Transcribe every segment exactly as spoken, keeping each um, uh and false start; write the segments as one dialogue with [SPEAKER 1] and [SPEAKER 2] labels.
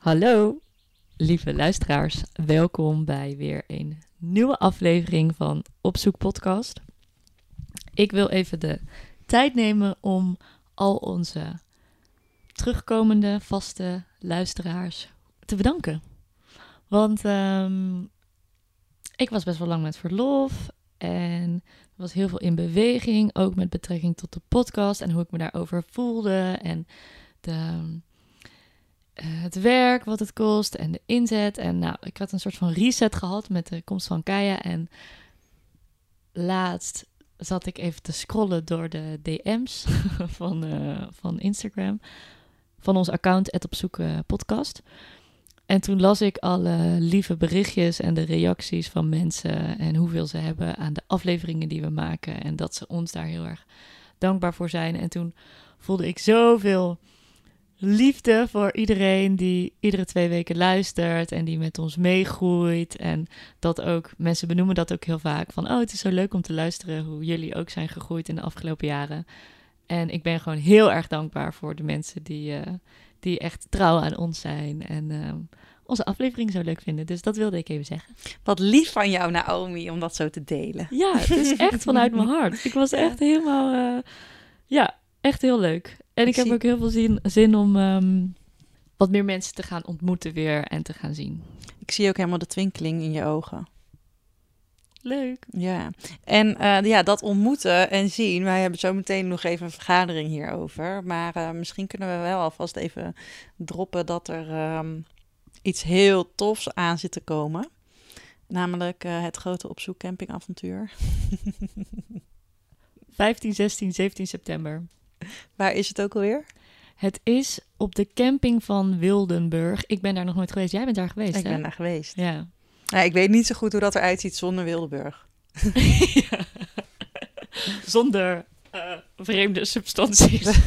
[SPEAKER 1] Hallo, lieve luisteraars. Welkom bij weer een nieuwe aflevering van Opzoek Podcast. Ik wil even de tijd nemen om al onze terugkomende vaste luisteraars te bedanken. Want um, ik was best wel lang met verlof en er was heel veel in beweging, ook met betrekking tot de podcast en hoe ik me daarover voelde en de... Uh, het werk, wat het kost en de inzet. En nou, ik had een soort van reset gehad met de komst van Kaya. En laatst zat ik even te scrollen door de D M's van, uh, van Instagram. Van ons account, Het Opzoeken Podcast. En toen las ik alle lieve berichtjes en de reacties van mensen. En hoeveel ze hebben aan de afleveringen die we maken. En dat ze ons daar heel erg dankbaar voor zijn. En toen voelde ik zoveel... liefde voor iedereen die iedere twee weken luistert en die met ons meegroeit. En dat ook, mensen benoemen dat ook heel vaak van, oh, het is zo leuk om te luisteren hoe jullie ook zijn gegroeid in de afgelopen jaren. En ik ben gewoon heel erg dankbaar voor de mensen die, uh, die echt trouw aan ons zijn en uh, onze aflevering zo leuk vinden. Dus dat wilde ik even zeggen.
[SPEAKER 2] Wat lief van jou, Naomi, om dat zo te delen.
[SPEAKER 1] Ja, het is echt vanuit mijn hart. Ik was echt helemaal, uh, ja, echt heel leuk. En ik heb ook heel veel zin, zin om um, wat meer mensen te gaan ontmoeten weer en te gaan zien.
[SPEAKER 2] Ik zie ook helemaal de twinkeling in je ogen.
[SPEAKER 1] Leuk.
[SPEAKER 2] Ja, en uh, ja, dat ontmoeten en zien. Wij hebben zo meteen nog even een vergadering hierover. Maar uh, misschien kunnen we wel alvast even droppen dat er um, iets heel tofs aan zit te komen. Namelijk uh, het grote Opzoek campingavontuur.
[SPEAKER 1] vijftien, zestien, zeventien september.
[SPEAKER 2] Waar is het ook alweer?
[SPEAKER 1] Het is op de camping van Wildenburg. Ik ben daar nog nooit geweest. Jij bent daar geweest,
[SPEAKER 2] Ik
[SPEAKER 1] hè?
[SPEAKER 2] ben daar geweest.
[SPEAKER 1] Ja.
[SPEAKER 2] Nou, ik weet niet zo goed hoe dat eruit ziet zonder Wildenburg.
[SPEAKER 1] Ja. Zonder uh, vreemde substanties.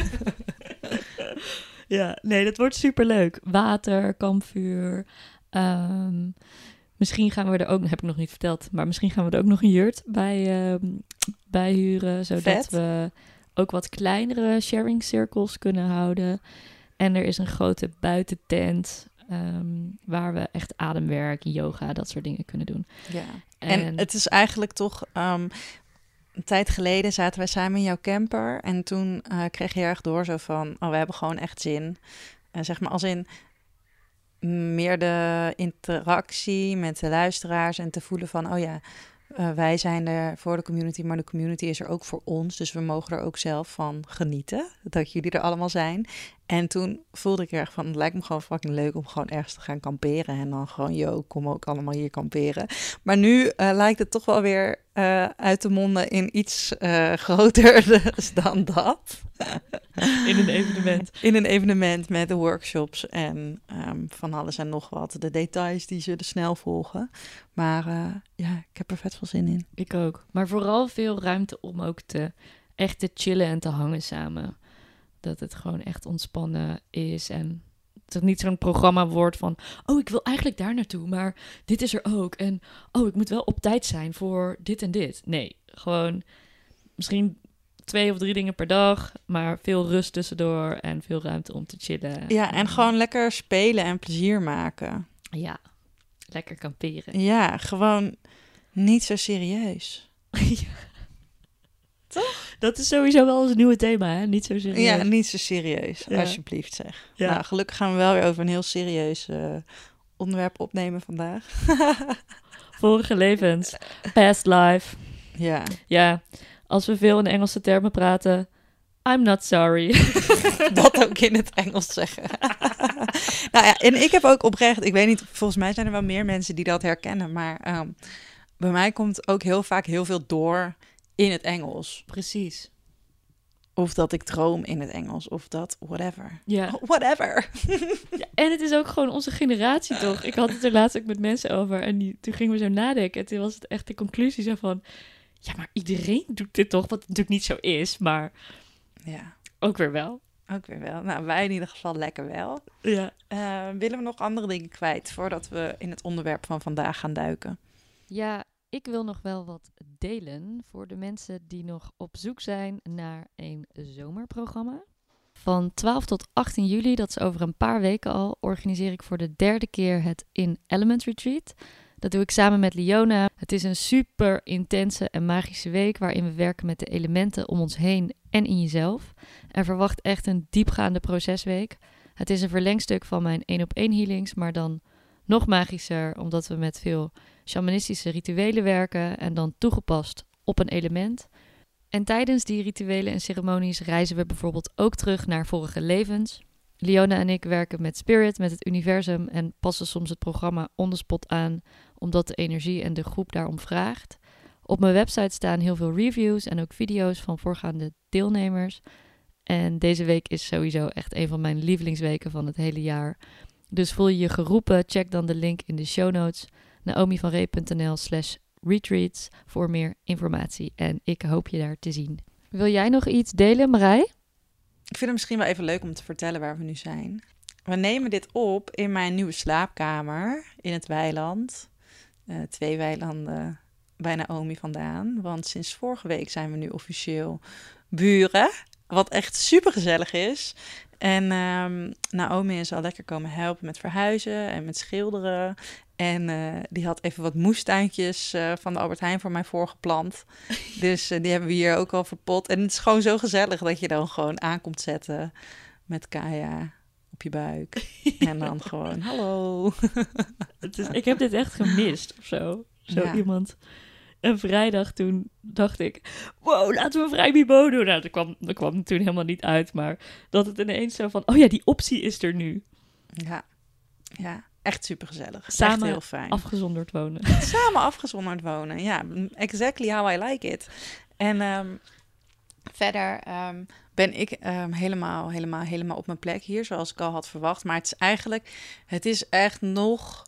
[SPEAKER 1] Ja, nee, dat wordt superleuk. Water, kampvuur. Um, misschien gaan we er ook, heb ik nog niet verteld, maar misschien gaan we er ook nog een yurt bij, um, bij huren. Zodat
[SPEAKER 2] Vet.
[SPEAKER 1] we ook wat kleinere sharing circles kunnen houden. En er is een grote buitentent um, waar we echt ademwerk, yoga, dat soort dingen kunnen doen.
[SPEAKER 2] Ja. En, en het is eigenlijk toch... Um, een tijd geleden zaten wij samen in jouw camper. En toen uh, kreeg je erg door zo van... oh, we hebben gewoon echt zin. Uh, zeg maar als in meer de interactie met de luisteraars... en te voelen van, oh ja... Uh, wij zijn er voor de community, maar de community is er ook voor ons. Dus we mogen er ook zelf van genieten, dat jullie er allemaal zijn. En toen voelde ik erg van, het lijkt me gewoon fucking leuk om gewoon ergens te gaan kamperen. En dan gewoon, yo, kom ook allemaal hier kamperen. Maar nu uh, lijkt het toch wel weer uh, uit de monden in iets uh, groter dus dan dat.
[SPEAKER 1] In een evenement.
[SPEAKER 2] In een evenement met de workshops en um, van alles en nog wat. De details die zullen snel volgen. Maar uh, ja, ik heb er vet veel zin in.
[SPEAKER 1] Ik ook. Maar vooral veel ruimte om ook te echt te chillen en te hangen samen. Dat het gewoon echt ontspannen is en dat het niet zo'n programma wordt van... oh, ik wil eigenlijk daar naartoe, maar dit is er ook. En oh, ik moet wel op tijd zijn voor dit en dit. Nee, gewoon misschien twee of drie dingen per dag, maar veel rust tussendoor en veel ruimte om te chillen.
[SPEAKER 2] Ja, en gewoon lekker spelen en plezier maken.
[SPEAKER 1] Ja, lekker kamperen.
[SPEAKER 2] Ja, gewoon niet zo serieus.
[SPEAKER 1] Ja. Toch? Dat is sowieso wel ons nieuwe thema, hè? Niet zo serieus.
[SPEAKER 2] Ja, niet zo serieus, ja. Alsjeblieft zeg. Ja. Nou, gelukkig gaan we wel weer over een heel serieus uh, onderwerp opnemen vandaag.
[SPEAKER 1] Vorige levens, past life.
[SPEAKER 2] Ja.
[SPEAKER 1] Ja, als we veel in Engelse termen praten, I'm not sorry.
[SPEAKER 2] Dat ook in het Engels zeggen. Nou ja, en ik heb ook oprecht, ik weet niet, volgens mij zijn er wel meer mensen die dat herkennen, maar um, bij mij komt ook heel vaak heel veel door in het Engels.
[SPEAKER 1] Precies.
[SPEAKER 2] Of dat ik droom in het Engels, of dat, whatever.
[SPEAKER 1] Ja.
[SPEAKER 2] Whatever.
[SPEAKER 1] Ja, en het is ook gewoon onze generatie, toch? Ik had het er laatst ook met mensen over en die, toen gingen we zo nadenken. En toen was het echt de conclusie zo van... ja, maar iedereen doet dit toch? Wat natuurlijk niet zo is, maar
[SPEAKER 2] ja.
[SPEAKER 1] Ook weer wel.
[SPEAKER 2] Ook weer wel. Nou, wij in ieder geval lekker wel.
[SPEAKER 1] Ja.
[SPEAKER 2] Uh, willen we nog andere dingen kwijt voordat we in het onderwerp van vandaag gaan duiken?
[SPEAKER 1] Ja, ik wil nog wel wat delen voor de mensen die nog op zoek zijn naar een zomerprogramma. Van twaalf tot achttien juli, dat is over een paar weken al, organiseer ik voor de derde keer het In Element Retreat. Dat doe ik samen met Liona. Het is een super intense en magische week waarin we werken met de elementen om ons heen en in jezelf. En verwacht echt een diepgaande procesweek. Het is een verlengstuk van mijn één op één healings, maar dan nog magischer omdat we met veel shamanistische rituelen werken en dan toegepast op een element. En tijdens die rituelen en ceremonies reizen we bijvoorbeeld ook terug naar vorige levens. Liona en ik werken met spirit, met het universum en passen soms het programma on the spot aan, omdat de energie en de groep daarom vraagt. Op mijn website staan heel veel reviews en ook video's van voorgaande deelnemers. En deze week is sowieso echt een van mijn lievelingsweken van het hele jaar. Dus voel je je geroepen, check dan de link in de show notes, naomivanree.nl slash retreats voor meer informatie. En ik hoop je daar te zien. Wil jij nog iets delen, Marij?
[SPEAKER 2] Ik vind het misschien wel even leuk om te vertellen waar we nu zijn. We nemen dit op in mijn nieuwe slaapkamer in het weiland. Uh, twee weilanden bij Naomi vandaan. Want sinds vorige week zijn we nu officieel buren. Wat echt super gezellig is. En um, Naomi is al lekker komen helpen met verhuizen en met schilderen. En uh, die had even wat moestuintjes uh, van de Albert Heijn voor mij voorgeplant. Dus uh, die hebben we hier ook al verpot. En het is gewoon zo gezellig dat je dan gewoon aankomt zetten met Kaya op je buik. En dan gewoon, hallo.
[SPEAKER 1] Het is, ik heb dit echt gemist of zo. Zo
[SPEAKER 2] Ja.
[SPEAKER 1] iemand. En vrijdag toen dacht ik, wow, laten we vrij Bibo doen. Nou, dat kwam, dat kwam toen helemaal niet uit. Maar dat het ineens zo van, oh ja, die optie is er nu.
[SPEAKER 2] Ja, ja. Echt super gezellig.
[SPEAKER 1] Samen
[SPEAKER 2] echt heel fijn.
[SPEAKER 1] afgezonderd wonen.
[SPEAKER 2] Samen afgezonderd wonen. Ja, exactly how I like it. En um, verder um, ben ik um, helemaal, helemaal, helemaal op mijn plek hier, zoals ik al had verwacht. Maar het is eigenlijk, het is echt nog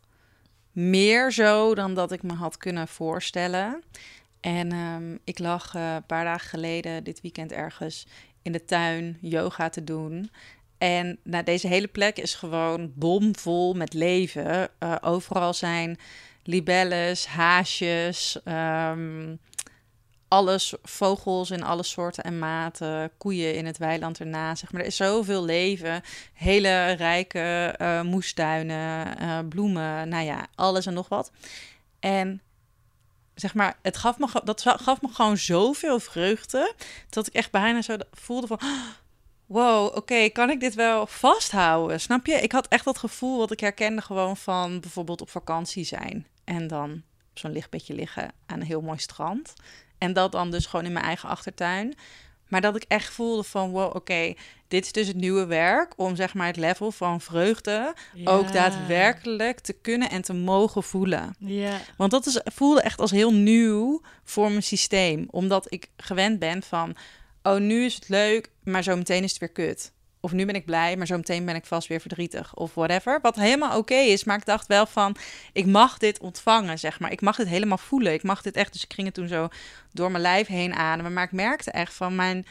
[SPEAKER 2] meer zo dan dat ik me had kunnen voorstellen. En um, ik lag uh, een paar dagen geleden, dit weekend ergens, in de tuin yoga te doen. En nou, deze hele plek is gewoon bomvol met leven. Uh, overal zijn libelles, haasjes, um, alles, vogels in alle soorten en maten, koeien in het weiland ernaast. Zeg maar. Er is zoveel leven, hele rijke uh, moestuinen, uh, bloemen, nou ja, alles en nog wat. En zeg maar, het gaf me, dat gaf me gewoon zoveel vreugde, dat ik echt bijna zo voelde van, wow, oké, okay, kan ik dit wel vasthouden? Snap je? Ik had echt dat gevoel wat ik herkende gewoon van bijvoorbeeld op vakantie zijn. En dan op zo'n lichtbedje liggen aan een heel mooi strand. En dat dan dus gewoon in mijn eigen achtertuin. Maar dat ik echt voelde van, wow, oké, okay, dit is dus het nieuwe werk om zeg maar het level van vreugde ja. ook daadwerkelijk te kunnen en te mogen voelen.
[SPEAKER 1] Ja.
[SPEAKER 2] Want dat is, voelde echt als heel nieuw voor mijn systeem. Omdat ik gewend ben van, oh, nu is het leuk, maar zo meteen is het weer kut. Of nu ben ik blij, maar zo meteen ben ik vast weer verdrietig. Of whatever. Wat helemaal oké okay is. Maar ik dacht wel van, ik mag dit ontvangen, zeg maar. Ik mag dit helemaal voelen. Ik mag dit echt, dus ik ging het toen zo door mijn lijf heen ademen. Maar ik merkte echt van mijn...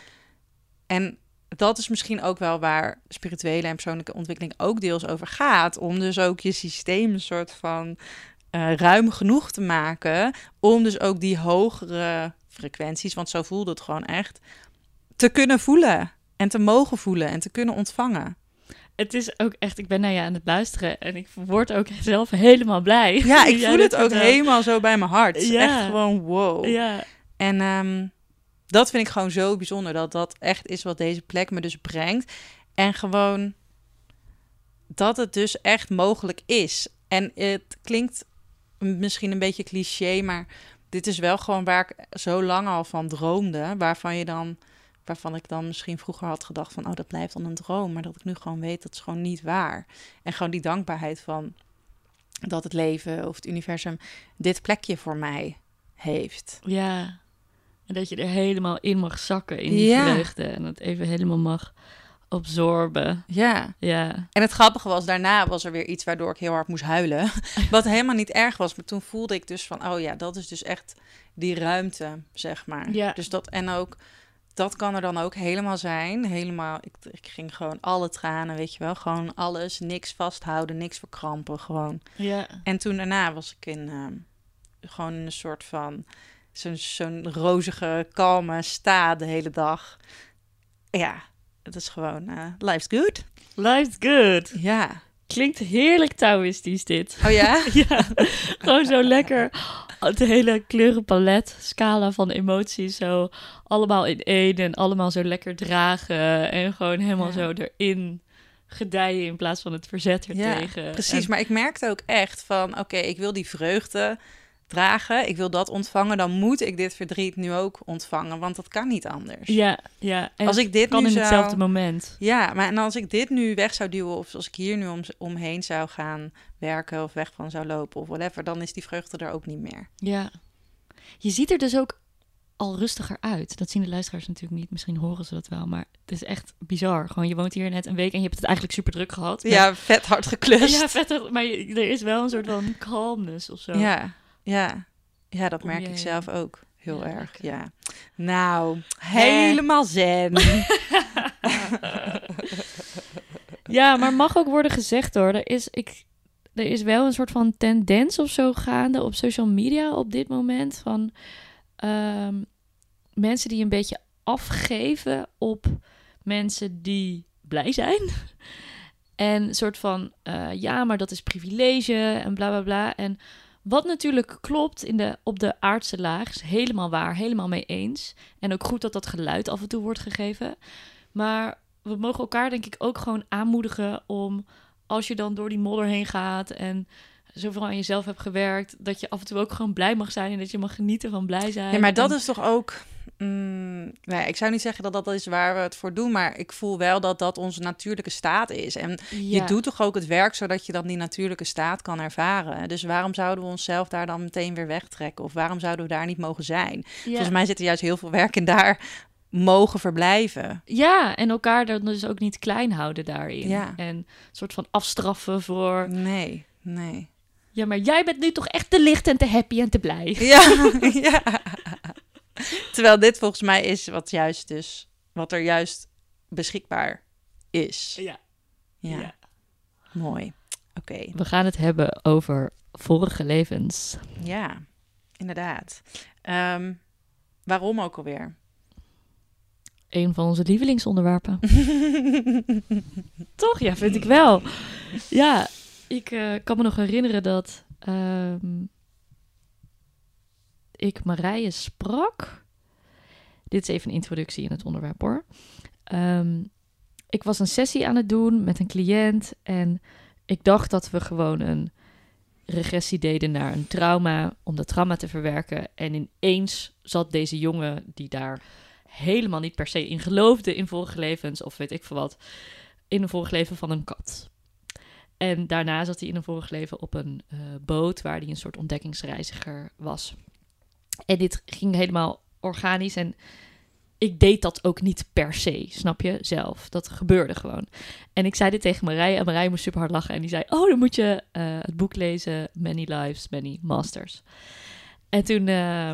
[SPEAKER 2] En dat is misschien ook wel waar spirituele en persoonlijke ontwikkeling ook deels over gaat. Om dus ook je systeem een soort van uh, ruim genoeg te maken. Om dus ook die hogere frequenties, want zo voelde het gewoon echt, te kunnen voelen. En te mogen voelen en te kunnen ontvangen.
[SPEAKER 1] Het is ook echt, ik ben naar je aan het luisteren en ik word ook zelf helemaal blij.
[SPEAKER 2] Ja, ik voel het ook vertelt. helemaal zo bij mijn hart.
[SPEAKER 1] Ja.
[SPEAKER 2] Echt gewoon wow.
[SPEAKER 1] Ja.
[SPEAKER 2] En um, dat vind ik gewoon zo bijzonder, dat dat echt is wat deze plek me dus brengt. En gewoon dat het dus echt mogelijk is. En het klinkt misschien een beetje cliché, maar dit is wel gewoon waar ik zo lang al van droomde, waarvan je dan... waarvan ik dan misschien vroeger had gedacht van, oh, dat blijft dan een droom. Maar dat ik nu gewoon weet, dat is gewoon niet waar. En gewoon die dankbaarheid van dat het leven of het universum dit plekje voor mij heeft.
[SPEAKER 1] Ja, en dat je er helemaal in mag zakken in die
[SPEAKER 2] ja.
[SPEAKER 1] vreugde. En het even helemaal mag absorben.
[SPEAKER 2] Ja.
[SPEAKER 1] ja.
[SPEAKER 2] En het grappige was, daarna was er weer iets waardoor ik heel hard moest huilen. Wat helemaal niet erg was. Maar toen voelde ik dus van, oh ja, dat is dus echt die ruimte, zeg maar.
[SPEAKER 1] Ja.
[SPEAKER 2] Dus dat, en ook... dat kan er dan ook helemaal zijn. Helemaal, ik, ik ging gewoon alle tranen, weet je wel. Gewoon alles, niks vasthouden, niks verkrampen, gewoon.
[SPEAKER 1] Ja.
[SPEAKER 2] En toen daarna was ik in uh, gewoon een soort van... zo'n, zo'n rozige, kalme sta de hele dag. Ja, het is gewoon, uh, life's good.
[SPEAKER 1] Life's good.
[SPEAKER 2] Ja.
[SPEAKER 1] Klinkt heerlijk Taoïstisch dit.
[SPEAKER 2] Oh ja?
[SPEAKER 1] Ja, gewoon zo lekker. Het hele kleurenpalet, scala van emoties, zo allemaal in één en allemaal zo lekker dragen en gewoon helemaal ja. zo erin gedijen in plaats van het verzet ertegen.
[SPEAKER 2] Ja, precies,
[SPEAKER 1] en...
[SPEAKER 2] maar ik merkte ook echt van, oké, okay, ik wil die vreugde dragen, ik wil dat ontvangen, dan moet ik dit verdriet nu ook ontvangen, want dat kan niet anders.
[SPEAKER 1] Ja, ja. En
[SPEAKER 2] als ik dit
[SPEAKER 1] kan
[SPEAKER 2] nu
[SPEAKER 1] in
[SPEAKER 2] zou...
[SPEAKER 1] hetzelfde moment.
[SPEAKER 2] Ja, maar en als ik dit nu weg zou duwen of als ik hier nu om, omheen zou gaan werken of weg van zou lopen of whatever, dan is die vreugde er ook niet meer.
[SPEAKER 1] Ja. Je ziet er dus ook al rustiger uit. Dat zien de luisteraars natuurlijk niet. Misschien horen ze dat wel, maar het is echt bizar. Gewoon, je woont hier net een week en je hebt het eigenlijk super druk gehad. Met...
[SPEAKER 2] Ja, vet hard geklust.
[SPEAKER 1] Ja, vet hard, maar je, er is wel een soort van calmness of zo.
[SPEAKER 2] Ja, ja. Ja, dat merk ik zelf ook heel ja, erg. Ja. Nou, helemaal zen.
[SPEAKER 1] Ja, maar mag ook worden gezegd hoor. Er is, ik, er is wel een soort van tendens of zo gaande op social media op dit moment. Van um, mensen die een beetje afgeven op mensen die blij zijn. En een soort van, uh, ja, maar dat is privilege en bla bla bla. En wat natuurlijk klopt in de, op de aardse laag, is helemaal waar, helemaal mee eens. En ook goed dat dat geluid af en toe wordt gegeven. Maar we mogen elkaar denk ik ook gewoon aanmoedigen om, als je dan door die modder heen gaat en zoveel aan jezelf hebt gewerkt, dat je af en toe ook gewoon blij mag zijn en dat je mag genieten van blij zijn.
[SPEAKER 2] Ja, maar dat
[SPEAKER 1] en...
[SPEAKER 2] is toch ook... Mm, nou ja, ik zou niet zeggen dat dat is waar we het voor doen, maar ik voel wel dat dat onze natuurlijke staat is. En ja. je doet toch ook het werk zodat je dan die natuurlijke staat kan ervaren. Dus waarom zouden we onszelf daar dan meteen weer wegtrekken? Of waarom zouden we daar niet mogen zijn? Ja. Volgens mij zit er juist heel veel werk in daar mogen verblijven.
[SPEAKER 1] Ja, en elkaar dan dus ook niet klein houden daarin.
[SPEAKER 2] Ja.
[SPEAKER 1] En een soort van afstraffen voor...
[SPEAKER 2] Nee, nee.
[SPEAKER 1] Ja, maar jij bent nu toch echt te licht en te happy en te blij.
[SPEAKER 2] Ja, ja. Terwijl dit volgens mij is wat juist dus, wat er juist beschikbaar is.
[SPEAKER 1] Ja.
[SPEAKER 2] Ja.
[SPEAKER 1] ja.
[SPEAKER 2] Mooi. Oké. Okay.
[SPEAKER 1] We gaan het hebben over vorige levens.
[SPEAKER 2] Ja, inderdaad. Um, waarom ook alweer?
[SPEAKER 1] Een van onze lievelingsonderwerpen. Toch? Ja, vind ik wel. Ja, ik uh, kan me nog herinneren dat um, ik Marije sprak. Dit is even een introductie in het onderwerp hoor. Um, ik was een sessie aan het doen met een cliënt en ik dacht dat we gewoon een regressie deden naar een trauma om dat trauma te verwerken. En ineens zat deze jongen die daar helemaal niet per se in geloofde in vorige levens of weet ik veel wat, in een vorig leven van een kat. En daarna zat hij in een vorig leven op een uh, boot waar hij een soort ontdekkingsreiziger was. En dit ging helemaal organisch en ik deed dat ook niet per se, snap je, zelf. Dat gebeurde gewoon. En ik zei dit tegen Marije en Marije moest super hard lachen. En die zei, oh, dan moet je uh, het boek lezen, Many Lives, Many Masters. En toen uh,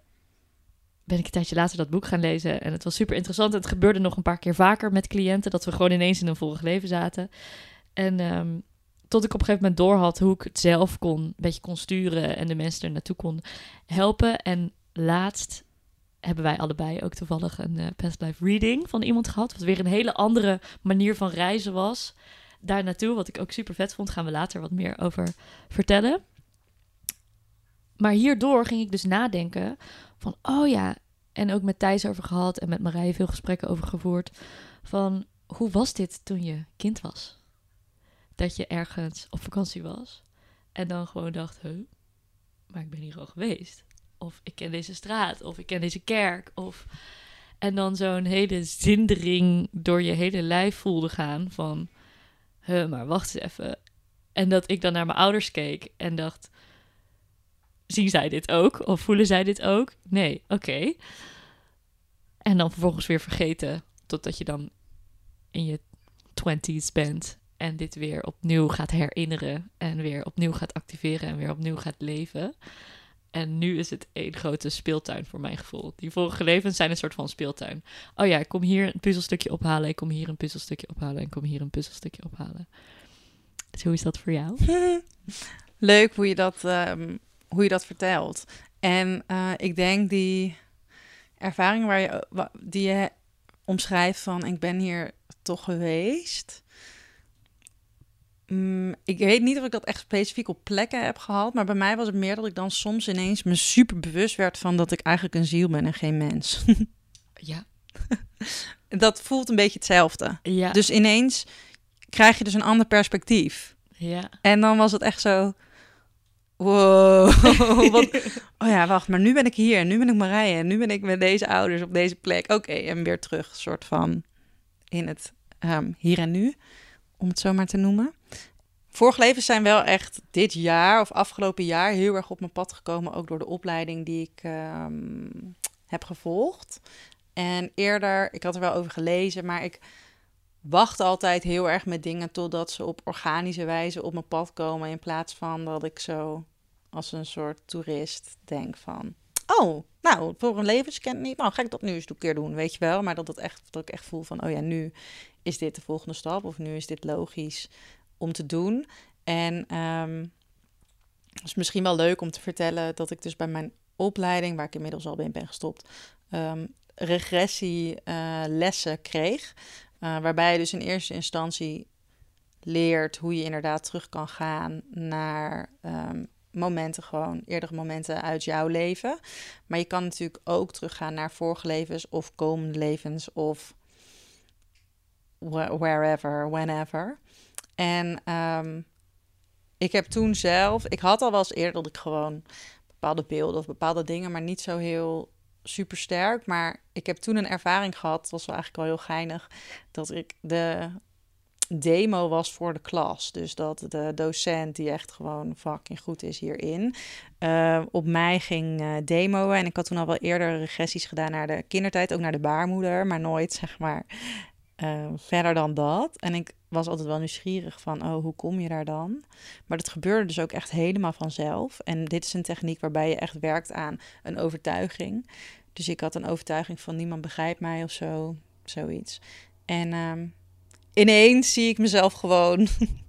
[SPEAKER 1] ben ik een tijdje later dat boek gaan lezen en het was super interessant. Het gebeurde nog een paar keer vaker met cliënten, dat we gewoon ineens in een vorig leven zaten. En um, tot ik op een gegeven moment doorhad hoe ik het zelf kon, een beetje kon sturen en de mensen er naartoe kon helpen. En laatst hebben wij allebei ook toevallig een uh, past life reading van iemand gehad, wat weer een hele andere manier van reizen was. Daar naartoe, wat ik ook super vet vond, gaan we later wat meer over vertellen. Maar hierdoor ging ik dus nadenken van, oh ja, en ook met Thijs over gehad en met Marije veel gesprekken over gevoerd, van hoe was dit toen je kind was? Dat je ergens op vakantie was en dan gewoon dacht, huh, maar ik ben hier al geweest. Of ik ken deze straat, of ik ken deze kerk. Of... En dan zo'n hele zindering door je hele lijf voelde gaan van, huh, maar wacht eens even. En dat ik dan naar mijn ouders keek en dacht, zien zij dit ook? Of voelen zij dit ook? Nee, oké. Okay. En dan vervolgens weer vergeten, totdat je dan in je twinties bent en dit weer opnieuw gaat herinneren en weer opnieuw gaat activeren en weer opnieuw gaat leven. En nu is het één grote speeltuin voor mijn gevoel. Die vorige levens zijn een soort van speeltuin. Oh ja, ik kom hier een puzzelstukje ophalen, ik kom hier een puzzelstukje ophalen en ik kom hier een puzzelstukje ophalen. Dus hoe is dat voor jou?
[SPEAKER 2] Leuk hoe je dat, um, hoe je dat vertelt. En uh, ik denk die ervaring waar je, die je omschrijf van ik ben hier toch geweest. Mm, ik weet niet of ik dat echt specifiek op plekken heb gehad, maar bij mij was het meer dat ik dan soms ineens me super bewust werd van dat ik eigenlijk een ziel ben en geen mens.
[SPEAKER 1] Ja.
[SPEAKER 2] Dat voelt een beetje hetzelfde.
[SPEAKER 1] Ja.
[SPEAKER 2] Dus ineens krijg je dus een ander perspectief.
[SPEAKER 1] Ja.
[SPEAKER 2] En dan was het echt zo... Wow. Wat, oh ja, wacht, maar nu ben ik hier. En nu ben ik Marije. En nu ben ik met deze ouders op deze plek. Oké, okay, en weer terug, soort van in het um, hier en nu. Om het zo maar te noemen. Vorige levens zijn wel echt dit jaar of afgelopen jaar heel erg op mijn pad gekomen. Ook door de opleiding die ik um, heb gevolgd. En eerder, ik had er wel over gelezen, maar ik wacht altijd heel erg met dingen totdat ze op organische wijze op mijn pad komen. In plaats van dat ik zo als een soort toerist denk van... Oh, nou, voor een levensken niet. Nou, ga ik dat nu eens een keer doen, weet je wel. Maar dat, het echt, dat ik echt voel van, oh ja, nu is dit de volgende stap. Of nu is dit logisch om te doen. En um, het is misschien wel leuk om te vertellen dat ik dus bij mijn opleiding, waar ik inmiddels al in ben gestopt, um, regressielessen uh, kreeg. Uh, waarbij je dus in eerste instantie leert hoe je inderdaad terug kan gaan naar um, momenten, gewoon eerdere momenten uit jouw leven. Maar je kan natuurlijk ook teruggaan naar vorige levens of komende levens of wherever, whenever. En um, ik heb toen zelf, ik had al wel eens eerder dat ik gewoon bepaalde beelden of bepaalde dingen, maar niet zo heel super sterk. Maar ik heb toen een ervaring gehad, dat was wel eigenlijk wel heel geinig, dat ik de demo was voor de klas. Dus dat de docent, die echt gewoon fucking goed is hierin, uh, op mij ging uh, demoen. En ik had toen al wel eerder regressies gedaan naar de kindertijd, ook naar de baarmoeder, maar nooit, zeg maar, uh, verder dan dat. En ik was altijd wel nieuwsgierig van, oh, hoe kom je daar dan? Maar dat gebeurde dus ook echt helemaal vanzelf. En dit is een techniek waarbij je echt werkt aan een overtuiging. Dus ik had een overtuiging van niemand begrijpt mij of zo, zoiets. En um, ineens zie ik mezelf gewoon.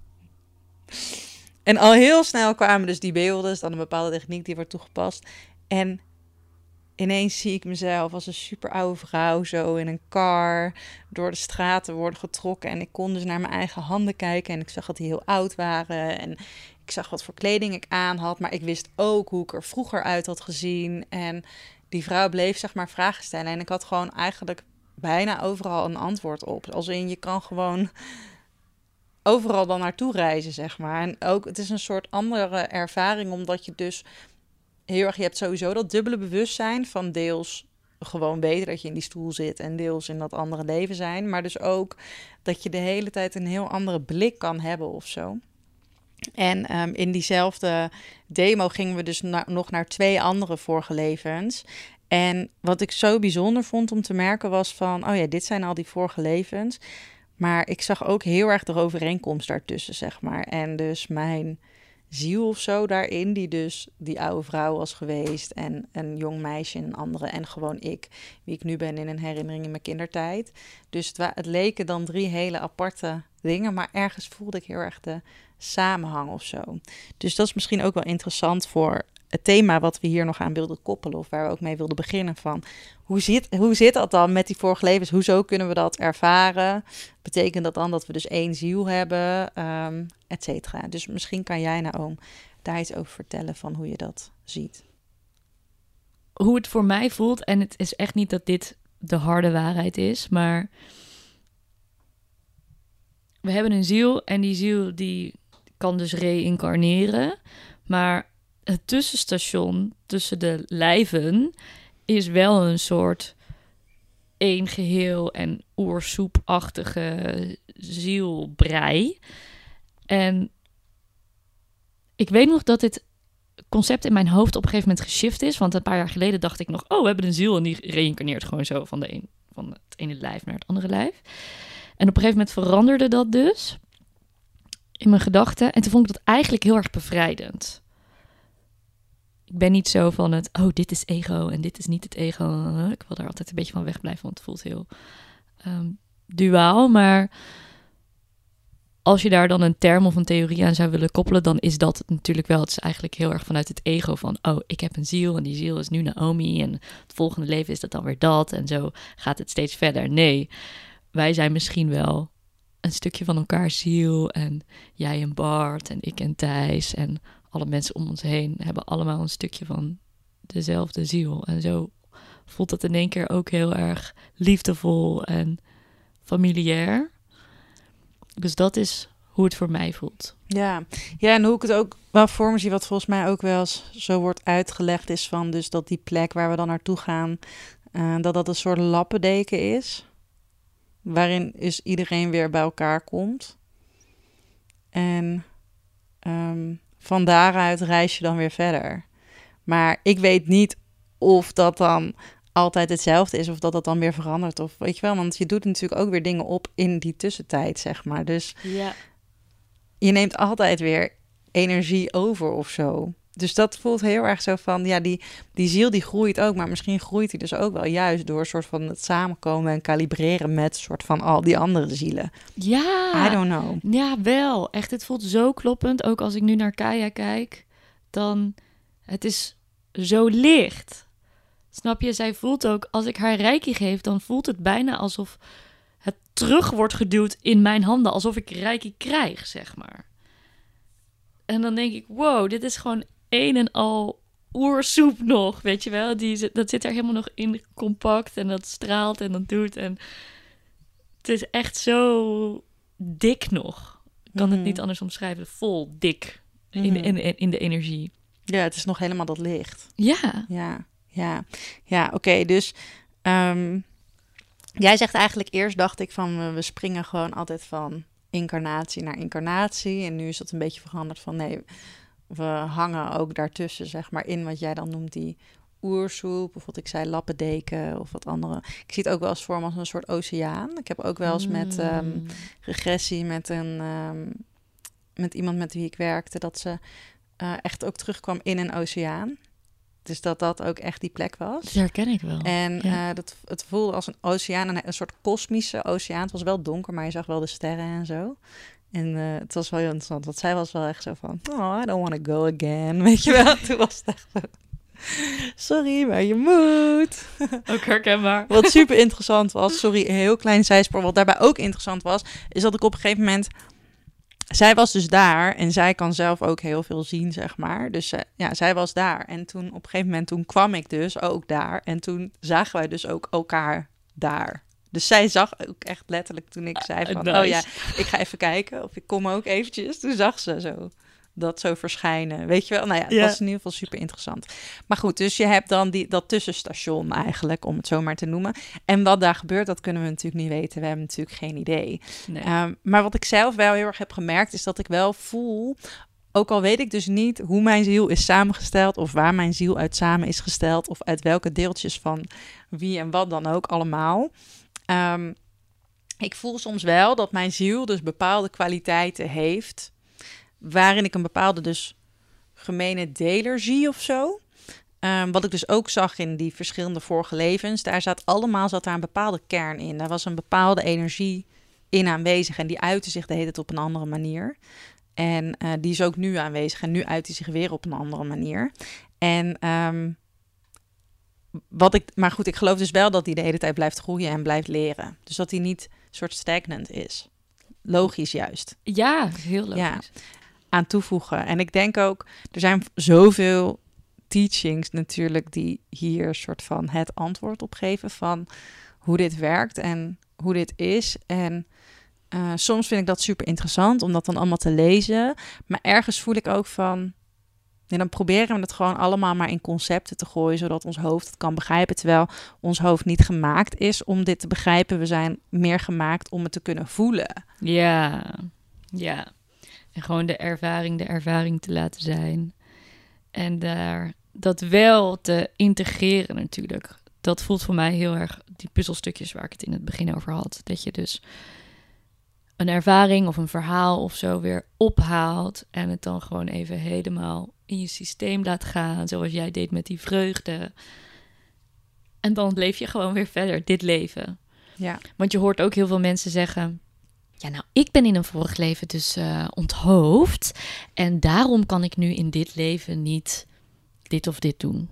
[SPEAKER 2] En al heel snel kwamen dus die beelden, is dan een bepaalde techniek die wordt toegepast. En ineens zie ik mezelf als een super oude vrouw zo in een car door de straten worden getrokken. En ik kon dus naar mijn eigen handen kijken en ik zag dat die heel oud waren. En ik zag wat voor kleding ik aan had, maar ik wist ook hoe ik er vroeger uit had gezien. En die vrouw bleef, zeg maar, vragen stellen. En ik had gewoon eigenlijk bijna overal een antwoord op. Als in, je kan gewoon overal dan naartoe reizen, zeg maar. En ook, het is een soort andere ervaring, omdat je dus heel erg, je hebt sowieso dat dubbele bewustzijn van deels gewoon weten dat je in die stoel zit en deels in dat andere leven zijn. Maar dus ook dat je de hele tijd een heel andere blik kan hebben of zo. En um, in diezelfde demo gingen we dus na- nog naar twee andere vorige levens. En wat ik zo bijzonder vond om te merken was van, oh ja, dit zijn al die vorige levens. Maar ik zag ook heel erg de overeenkomst daartussen, zeg maar. En dus mijn ziel of zo daarin, die dus die oude vrouw was geweest en een jong meisje in een andere en gewoon ik, wie ik nu ben in een herinnering in mijn kindertijd. Dus het, wa- het leken dan drie hele aparte dingen, maar ergens voelde ik heel erg de samenhang of zo. Dus dat is misschien ook wel interessant voor het thema wat we hier nog aan wilden koppelen, of waar we ook mee wilden beginnen van, hoe zit, hoe zit dat dan met die vorige levens? Hoezo kunnen we dat ervaren? Betekent dat dan dat we dus één ziel hebben, um, et cetera? Dus misschien kan jij, Naoom, daar iets over vertellen van hoe je dat ziet.
[SPEAKER 1] Hoe het voor mij voelt, en het is echt niet dat dit de harde waarheid is, maar we hebben een ziel en die ziel die kan dus reïncarneren, maar het tussenstation tussen de lijven is wel een soort één geheel en oersoepachtige zielbrei. En ik weet nog dat dit concept in mijn hoofd op een gegeven moment geshift is, want een paar jaar geleden dacht ik nog, oh, we hebben een ziel en die reïncarneert gewoon zo van, de een, van het ene lijf naar het andere lijf. En op een gegeven moment veranderde dat dus in mijn gedachten en toen vond ik dat eigenlijk heel erg bevrijdend. Ik ben niet zo van het, oh, dit is ego en dit is niet het ego. Ik wil daar altijd een beetje van wegblijven, want het voelt heel um, duaal. Maar als je daar dan een term of een theorie aan zou willen koppelen, dan is dat het natuurlijk wel. Het is eigenlijk heel erg vanuit het ego van, oh, ik heb een ziel en die ziel is nu Naomi en het volgende leven is dat dan weer dat en zo gaat het steeds verder. Nee, wij zijn misschien wel een stukje van elkaars ziel en jij en Bart en ik en Thijs en alle mensen om ons heen hebben allemaal een stukje van dezelfde ziel. En zo voelt dat in één keer ook heel erg liefdevol en familiair. Dus dat is hoe het voor mij voelt.
[SPEAKER 2] Ja. ja, en hoe ik het ook wel voor me zie, wat volgens mij ook wel eens zo wordt uitgelegd, is van dus dat die plek waar we dan naartoe gaan, uh, dat dat een soort lappendeken is, waarin dus iedereen weer bij elkaar komt. En um, van daaruit reis je dan weer verder. Maar ik weet niet of dat dan altijd hetzelfde is of dat dat dan weer verandert. Of weet je wel, want je doet natuurlijk ook weer dingen op in die tussentijd, zeg maar. Dus
[SPEAKER 1] ja.
[SPEAKER 2] je neemt altijd weer energie over of zo. Dus dat voelt heel erg zo van, ja, die, die ziel die groeit ook. Maar misschien groeit die dus ook wel juist door een soort van het samenkomen en kalibreren met soort van al die andere zielen.
[SPEAKER 1] Ja.
[SPEAKER 2] I don't know.
[SPEAKER 1] Ja, wel. Echt, het voelt zo kloppend. Ook als ik nu naar Kaya kijk, dan het is zo licht. Snap je? Zij voelt ook, als ik haar reiki geef, dan voelt het bijna alsof het terug wordt geduwd in mijn handen. Alsof ik reiki krijg, zeg maar. En dan denk ik, wow, dit is gewoon een en al oersoep nog, weet je wel? Die, dat zit er helemaal nog in compact en dat straalt en dat doet. En het is echt zo dik nog. Ik kan
[SPEAKER 2] Mm-hmm.
[SPEAKER 1] het niet anders omschrijven. Vol dik
[SPEAKER 2] Mm-hmm.
[SPEAKER 1] in, in, in de energie.
[SPEAKER 2] Ja, het is nog helemaal dat licht.
[SPEAKER 1] Ja.
[SPEAKER 2] Ja, ja. Ja, oké, okay, dus um, jij zegt eigenlijk eerst dacht ik van we springen gewoon altijd van incarnatie naar incarnatie. En nu is dat een beetje veranderd van nee, we hangen ook daartussen, zeg maar, in wat jij dan noemt die oersoep, of wat ik zei, lappendeken, of wat andere. Ik zie het ook wel eens voor me als een soort oceaan. Ik heb ook wel eens met um, regressie met een um, met iemand met wie ik werkte, dat ze uh, echt ook terugkwam in een oceaan. Dus dat dat ook echt die plek was.
[SPEAKER 1] Dat herken ik wel.
[SPEAKER 2] En
[SPEAKER 1] ja.
[SPEAKER 2] uh, dat, het voelde als een oceaan, een, een soort kosmische oceaan. Het was wel donker, maar je zag wel de sterren en zo. En uh, het was wel heel interessant, want zij was wel echt zo van, oh, I don't want to go again, weet je wel. Toen was het echt zo, sorry, maar je moet.
[SPEAKER 1] Ook herkenbaar.
[SPEAKER 2] Wat super interessant was, sorry, een heel klein zijspoor. Wat daarbij ook interessant was, is dat ik op een gegeven moment, zij was dus daar en zij kan zelf ook heel veel zien, zeg maar. Dus uh, ja, zij was daar. En toen op een gegeven moment, toen kwam ik dus ook daar. En toen zagen wij dus ook elkaar daar. Dus zij zag ook echt letterlijk toen ik zei van,
[SPEAKER 1] nice.
[SPEAKER 2] oh ja, ik ga even kijken of ik kom ook eventjes. Toen zag ze zo dat zo verschijnen, weet je wel. Nou ja, het
[SPEAKER 1] ja.
[SPEAKER 2] was in ieder geval super interessant. Maar goed, dus je hebt dan die, dat tussenstation eigenlijk, om het zo maar te noemen. En wat daar gebeurt, dat kunnen we natuurlijk niet weten. We hebben natuurlijk geen idee.
[SPEAKER 1] Nee.
[SPEAKER 2] Um, maar wat ik zelf wel heel erg heb gemerkt, is dat ik wel voel, ook al weet ik dus niet hoe mijn ziel is samengesteld, of waar mijn ziel uit samen is gesteld, of uit welke deeltjes van wie en wat dan ook allemaal. Um, ik voel soms wel dat mijn ziel dus bepaalde kwaliteiten heeft, waarin ik een bepaalde dus gemene deler zie of zo. Um, wat ik dus ook zag in die verschillende vorige levens, daar zat allemaal zat daar een bepaalde kern in. Daar was een bepaalde energie in aanwezig en die uitte zich de hele tijd op een andere manier. En uh, die is ook nu aanwezig en nu uit die zich weer op een andere manier. En um, wat ik, maar goed, ik geloof dus wel dat die de hele tijd blijft groeien en blijft leren. Dus dat die niet een soort stagnant is. Logisch juist.
[SPEAKER 1] Ja, heel logisch.
[SPEAKER 2] Ja, aan toevoegen. En ik denk ook, er zijn zoveel teachings natuurlijk die hier een soort van het antwoord op geven van hoe dit werkt en hoe dit is. En uh, soms vind ik dat super interessant om dat dan allemaal te lezen. Maar ergens voel ik ook van, en dan proberen we het gewoon allemaal maar in concepten te gooien, zodat ons hoofd het kan begrijpen, terwijl ons hoofd niet gemaakt is om dit te begrijpen. We zijn meer gemaakt om het te kunnen voelen.
[SPEAKER 1] Ja, ja. En gewoon de ervaring, de ervaring te laten zijn. En daar dat wel te integreren natuurlijk. Dat voelt voor mij heel erg die puzzelstukjes waar ik het in het begin over had. Dat je dus een ervaring of een verhaal of zo weer ophaalt en het dan gewoon even helemaal in je systeem laat gaan, zoals jij deed met die vreugde. En dan leef je gewoon weer verder, dit leven.
[SPEAKER 2] Ja.
[SPEAKER 1] Want je hoort ook heel veel mensen zeggen, Ja, nou, ik ben in een vorig leven dus uh, onthoofd. En daarom kan ik nu in dit leven niet dit of dit doen.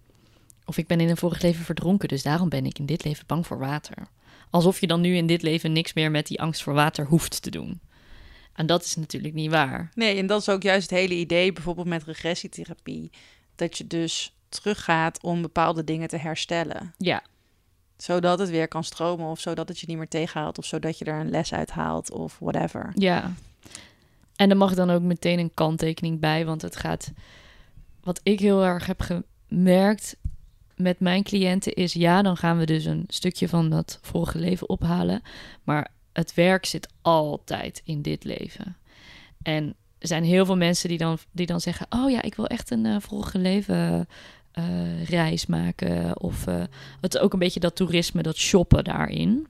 [SPEAKER 1] Of ik ben in een vorig leven verdronken, dus daarom ben ik in dit leven bang voor water. Alsof je dan nu in dit leven niks meer met die angst voor water hoeft te doen. En dat is natuurlijk niet waar.
[SPEAKER 2] Nee, en dat is ook juist het hele idee, bijvoorbeeld met regressietherapie. Dat je dus teruggaat om bepaalde dingen te herstellen.
[SPEAKER 1] Ja.
[SPEAKER 2] Zodat het weer kan stromen of zodat het je niet meer tegenhaalt. Of zodat je er een les uit haalt of whatever.
[SPEAKER 1] Ja. En er mag dan ook meteen een kanttekening bij. Want het gaat... Wat ik heel erg heb gemerkt met mijn cliënten is... Ja, dan gaan we dus een stukje van dat vorige leven ophalen. Maar het werk zit altijd in dit leven. En er zijn heel veel mensen die dan, die dan zeggen... Oh ja, ik wil echt een uh, vorige leven... Uh, reis maken of uh, het is ook een beetje dat toerisme, dat shoppen daarin.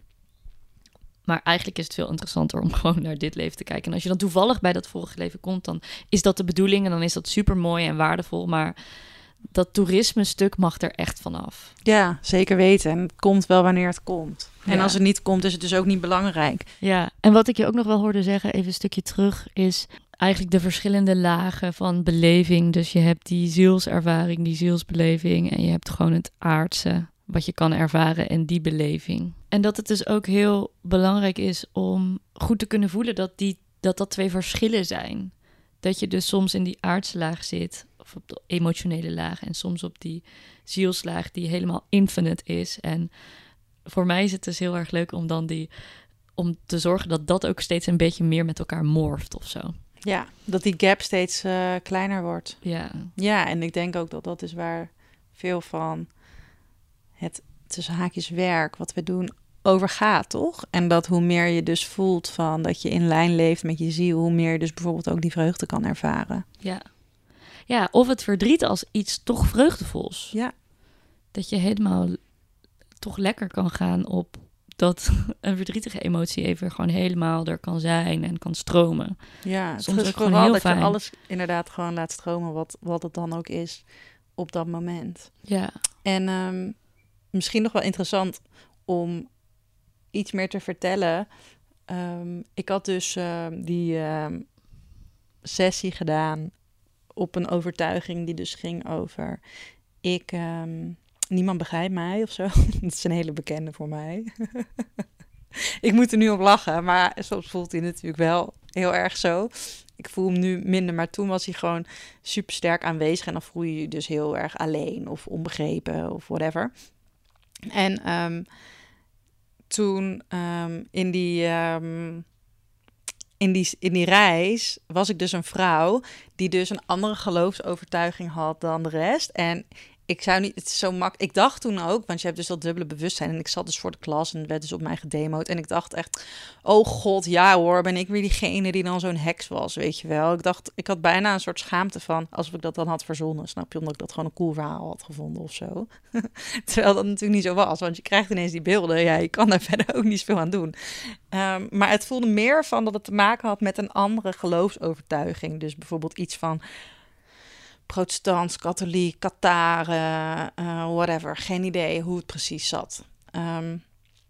[SPEAKER 1] Maar eigenlijk is het veel interessanter om gewoon naar dit leven te kijken. En als je dan toevallig bij dat vorige leven komt, dan is dat de bedoeling en dan is dat super mooi en waardevol. Maar dat toerisme stuk mag er echt vanaf.
[SPEAKER 2] Ja, zeker weten. En het komt wel wanneer het komt. En
[SPEAKER 1] Ja.
[SPEAKER 2] als het niet komt, is het dus ook niet belangrijk.
[SPEAKER 1] Ja, en wat ik je ook nog wel hoorde zeggen, even een stukje terug, is eigenlijk de verschillende lagen van beleving. Dus je hebt die zielservaring, die zielsbeleving en je hebt gewoon het aardse wat je kan ervaren en die beleving. En dat het dus ook heel belangrijk is om goed te kunnen voelen dat die, dat, dat twee verschillen zijn. Dat je dus soms in die aardse laag zit, of op de emotionele laag, en soms op die zielslaag die helemaal infinite is. En voor mij is het dus heel erg leuk om dan die, om te zorgen dat dat ook steeds een beetje meer met elkaar morft of zo.
[SPEAKER 2] Ja, dat die gap steeds uh, kleiner wordt.
[SPEAKER 1] Ja.
[SPEAKER 2] Ja, en ik denk ook dat dat is waar veel van het tussen haakjes werk wat we doen over gaat, toch? En dat hoe meer je dus voelt van dat je in lijn leeft met je ziel, hoe meer je dus bijvoorbeeld ook die vreugde kan ervaren.
[SPEAKER 1] Ja. Ja, of het verdriet als iets toch vreugdevols.
[SPEAKER 2] Ja.
[SPEAKER 1] Dat je helemaal toch lekker kan gaan op dat een verdrietige emotie even gewoon helemaal er kan zijn en kan stromen.
[SPEAKER 2] Ja, het
[SPEAKER 1] soms
[SPEAKER 2] is
[SPEAKER 1] ook gewoon
[SPEAKER 2] vooral
[SPEAKER 1] heel
[SPEAKER 2] dat
[SPEAKER 1] fijn.
[SPEAKER 2] je alles inderdaad gewoon laat stromen wat, wat het dan ook is op dat moment.
[SPEAKER 1] Ja.
[SPEAKER 2] En um, misschien nog wel interessant om iets meer te vertellen. Um, ik had dus uh, die um, sessie gedaan op een overtuiging die dus ging over ik... Um, niemand begrijpt mij of zo. Dat is een hele bekende voor mij. Ik moet er nu op lachen, maar soms voelt hij natuurlijk wel heel erg zo. Ik voel hem nu minder, maar toen was hij gewoon super sterk aanwezig. En dan voel je je dus heel erg alleen of onbegrepen of whatever. En um, toen um, in die... Um, In die, in die reis was ik dus een vrouw die dus een andere geloofsovertuiging had dan de rest. En ik zou niet, het is zo mak. Ik dacht toen ook, want je hebt dus dat dubbele bewustzijn. En ik zat dus voor de klas en werd dus op mij gedemoed. En ik dacht echt, oh god, ja hoor, ben ik weer diegene die dan zo'n heks was, weet je wel. Ik dacht, ik had bijna een soort schaamte van, alsof ik dat dan had verzonnen, snap je? Omdat ik dat gewoon een cool verhaal had gevonden of zo. Terwijl dat natuurlijk niet zo was, want je krijgt ineens die beelden. Ja, je kan daar verder ook niet veel aan doen. Um, maar het voelde meer van dat het te maken had met een andere geloofsovertuiging. Dus bijvoorbeeld iets van protestants, katholiek, Kataren, uh, whatever. Geen idee hoe het precies zat. Um,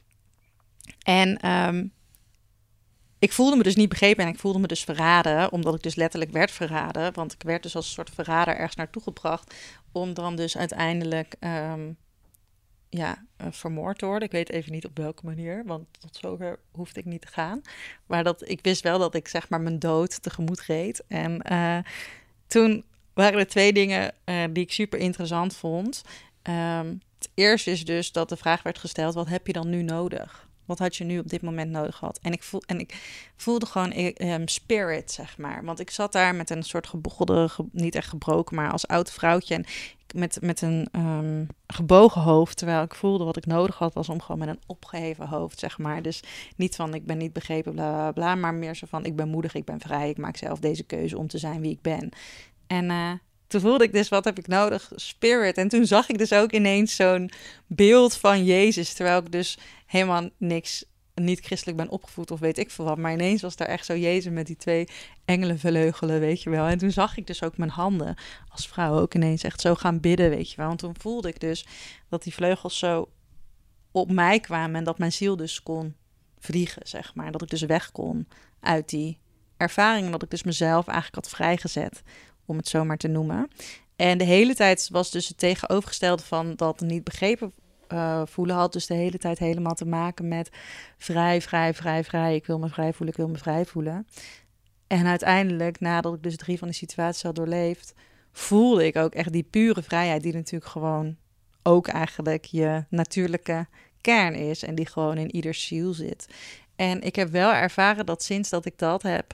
[SPEAKER 2] en um, ik voelde me dus niet begrepen en ik voelde me dus verraden, omdat ik dus letterlijk werd verraden. Want ik werd dus als een soort verrader ergens naartoe gebracht, om dan dus uiteindelijk um, ja, uh, vermoord te worden. Ik weet even niet op welke manier, want tot zover hoefde ik niet te gaan. Maar dat, ik wist wel dat ik zeg maar mijn dood tegemoet reed. En uh, toen waren er twee dingen uh, die ik super interessant vond. Um, het eerste is dus dat de vraag werd gesteld, wat heb je dan nu nodig? Wat had je nu op dit moment nodig gehad? En ik, voel, en ik voelde gewoon um, spirit, zeg maar. Want ik zat daar met een soort gebochelde, ge, niet echt gebroken, maar als oud vrouwtje. En met, met een um, gebogen hoofd. Terwijl ik voelde wat ik nodig had, was om gewoon met een opgeheven hoofd, zeg maar. Dus niet van, ik ben niet begrepen, bla, bla, bla. Maar meer zo van, ik ben moedig, ik ben vrij. Ik maak zelf deze keuze om te zijn wie ik ben. En uh, toen voelde ik dus, wat heb ik nodig? Spirit. En toen zag ik dus ook ineens zo'n beeld van Jezus. Terwijl ik dus helemaal niks, niet christelijk ben opgevoed of weet ik veel wat. Maar ineens was daar echt zo Jezus met die twee engelenvleugelen, weet je wel. En toen zag ik dus ook mijn handen als vrouw ook ineens echt zo gaan bidden, weet je wel. Want toen voelde ik dus dat die vleugels zo op mij kwamen en dat mijn ziel dus kon vliegen, zeg maar. Dat ik dus weg kon uit die ervaring. En dat ik dus mezelf eigenlijk had vrijgezet, om het zo maar te noemen. En de hele tijd was dus het tegenovergestelde van dat niet begrepen uh, voelen had. Dus de hele tijd helemaal te maken met vrij, vrij, vrij, vrij. Ik wil me vrij voelen, ik wil me vrij voelen. En uiteindelijk, nadat ik dus drie van die situaties had doorleefd, voelde ik ook echt die pure vrijheid, die natuurlijk gewoon ook eigenlijk je natuurlijke kern is en die gewoon in ieder ziel zit. En ik heb wel ervaren dat sinds dat ik dat heb,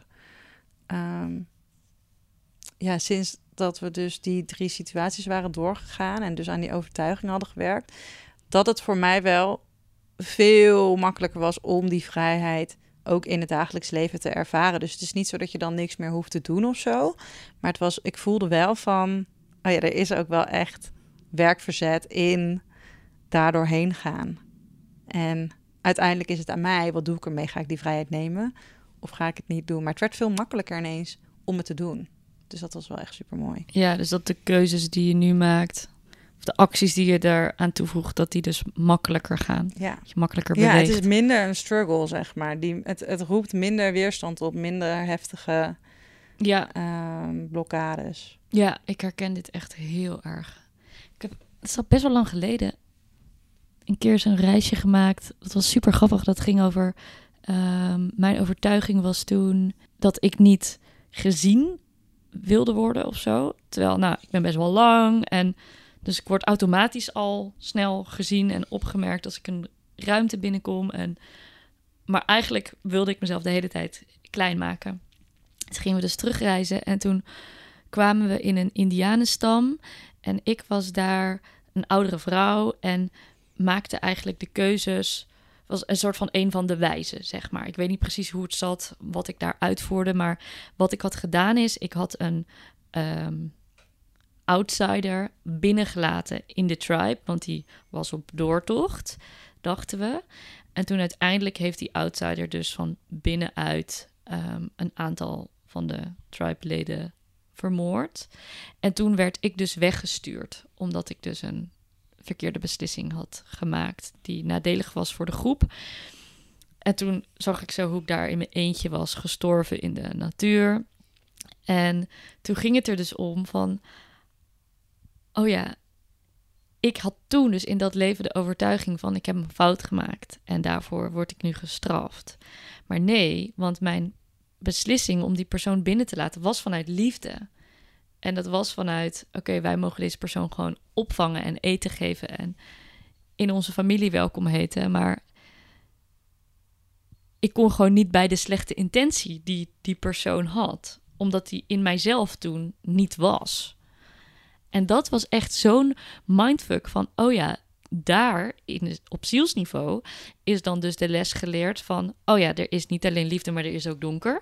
[SPEAKER 2] um, ja, sinds dat we dus die drie situaties waren doorgegaan en dus aan die overtuiging hadden gewerkt, dat het voor mij wel veel makkelijker was om die vrijheid ook in het dagelijks leven te ervaren. Dus het is niet zo dat je dan niks meer hoeft te doen of zo. Maar het was, ik voelde wel van, oh ja, er is ook wel echt werkverzet in daardoor heen gaan. En uiteindelijk is het aan mij, wat doe ik ermee? Ga ik die vrijheid nemen of ga ik het niet doen? Maar het werd veel makkelijker ineens om het te doen. Dus dat was wel echt super mooi.
[SPEAKER 1] Ja, dus dat de keuzes die je nu maakt, of de acties die je daaraan toevoegt, dat die dus makkelijker gaan.
[SPEAKER 2] Ja,
[SPEAKER 1] dat je makkelijker
[SPEAKER 2] ja,
[SPEAKER 1] beweegt.
[SPEAKER 2] het is minder een struggle, zeg maar. Die, het, het roept minder weerstand op, minder heftige
[SPEAKER 1] ja.
[SPEAKER 2] uh, blokkades.
[SPEAKER 1] Ja, ik herken dit echt heel erg. Ik heb, het is al best wel lang geleden, een keer zo'n reisje gemaakt. Dat was super grappig. Dat ging over, um, mijn overtuiging was toen dat ik niet gezien wilde worden of zo. Terwijl, nou, ik ben best wel lang en dus ik word automatisch al snel gezien en opgemerkt als ik een ruimte binnenkom. En, maar eigenlijk wilde ik mezelf de hele tijd klein maken. Toen gingen we dus terugreizen en toen kwamen we in een indianenstam. En ik was daar een oudere vrouw en maakte eigenlijk de keuzes. Was een soort van een van de wijzen, zeg maar. Ik weet niet precies hoe het zat, wat ik daar uitvoerde. Maar wat ik had gedaan is, ik had een um, outsider binnengelaten in de tribe. Want die was op doortocht, dachten we. En toen uiteindelijk heeft die outsider dus van binnenuit um, een aantal van de tribe-leden vermoord. En toen werd ik dus weggestuurd, omdat ik dus een verkeerde beslissing had gemaakt die nadelig was voor de groep. En toen zag ik zo hoe ik daar in mijn eentje was gestorven in de natuur. En toen ging het er dus om van, oh ja, ik had toen dus in dat leven de overtuiging van ik heb een fout gemaakt en daarvoor word ik nu gestraft. Maar nee, want mijn beslissing om die persoon binnen te laten was vanuit liefde. En dat was vanuit, oké, okay, wij mogen deze persoon gewoon opvangen en eten geven en in onze familie welkom heten. Maar ik kon gewoon niet bij de slechte intentie die die persoon had, omdat die in mijzelf toen niet was. En dat was echt zo'n mindfuck van, oh ja, daar in, op zielsniveau is dan dus de les geleerd van, oh ja, er is niet alleen liefde, maar er is ook donker.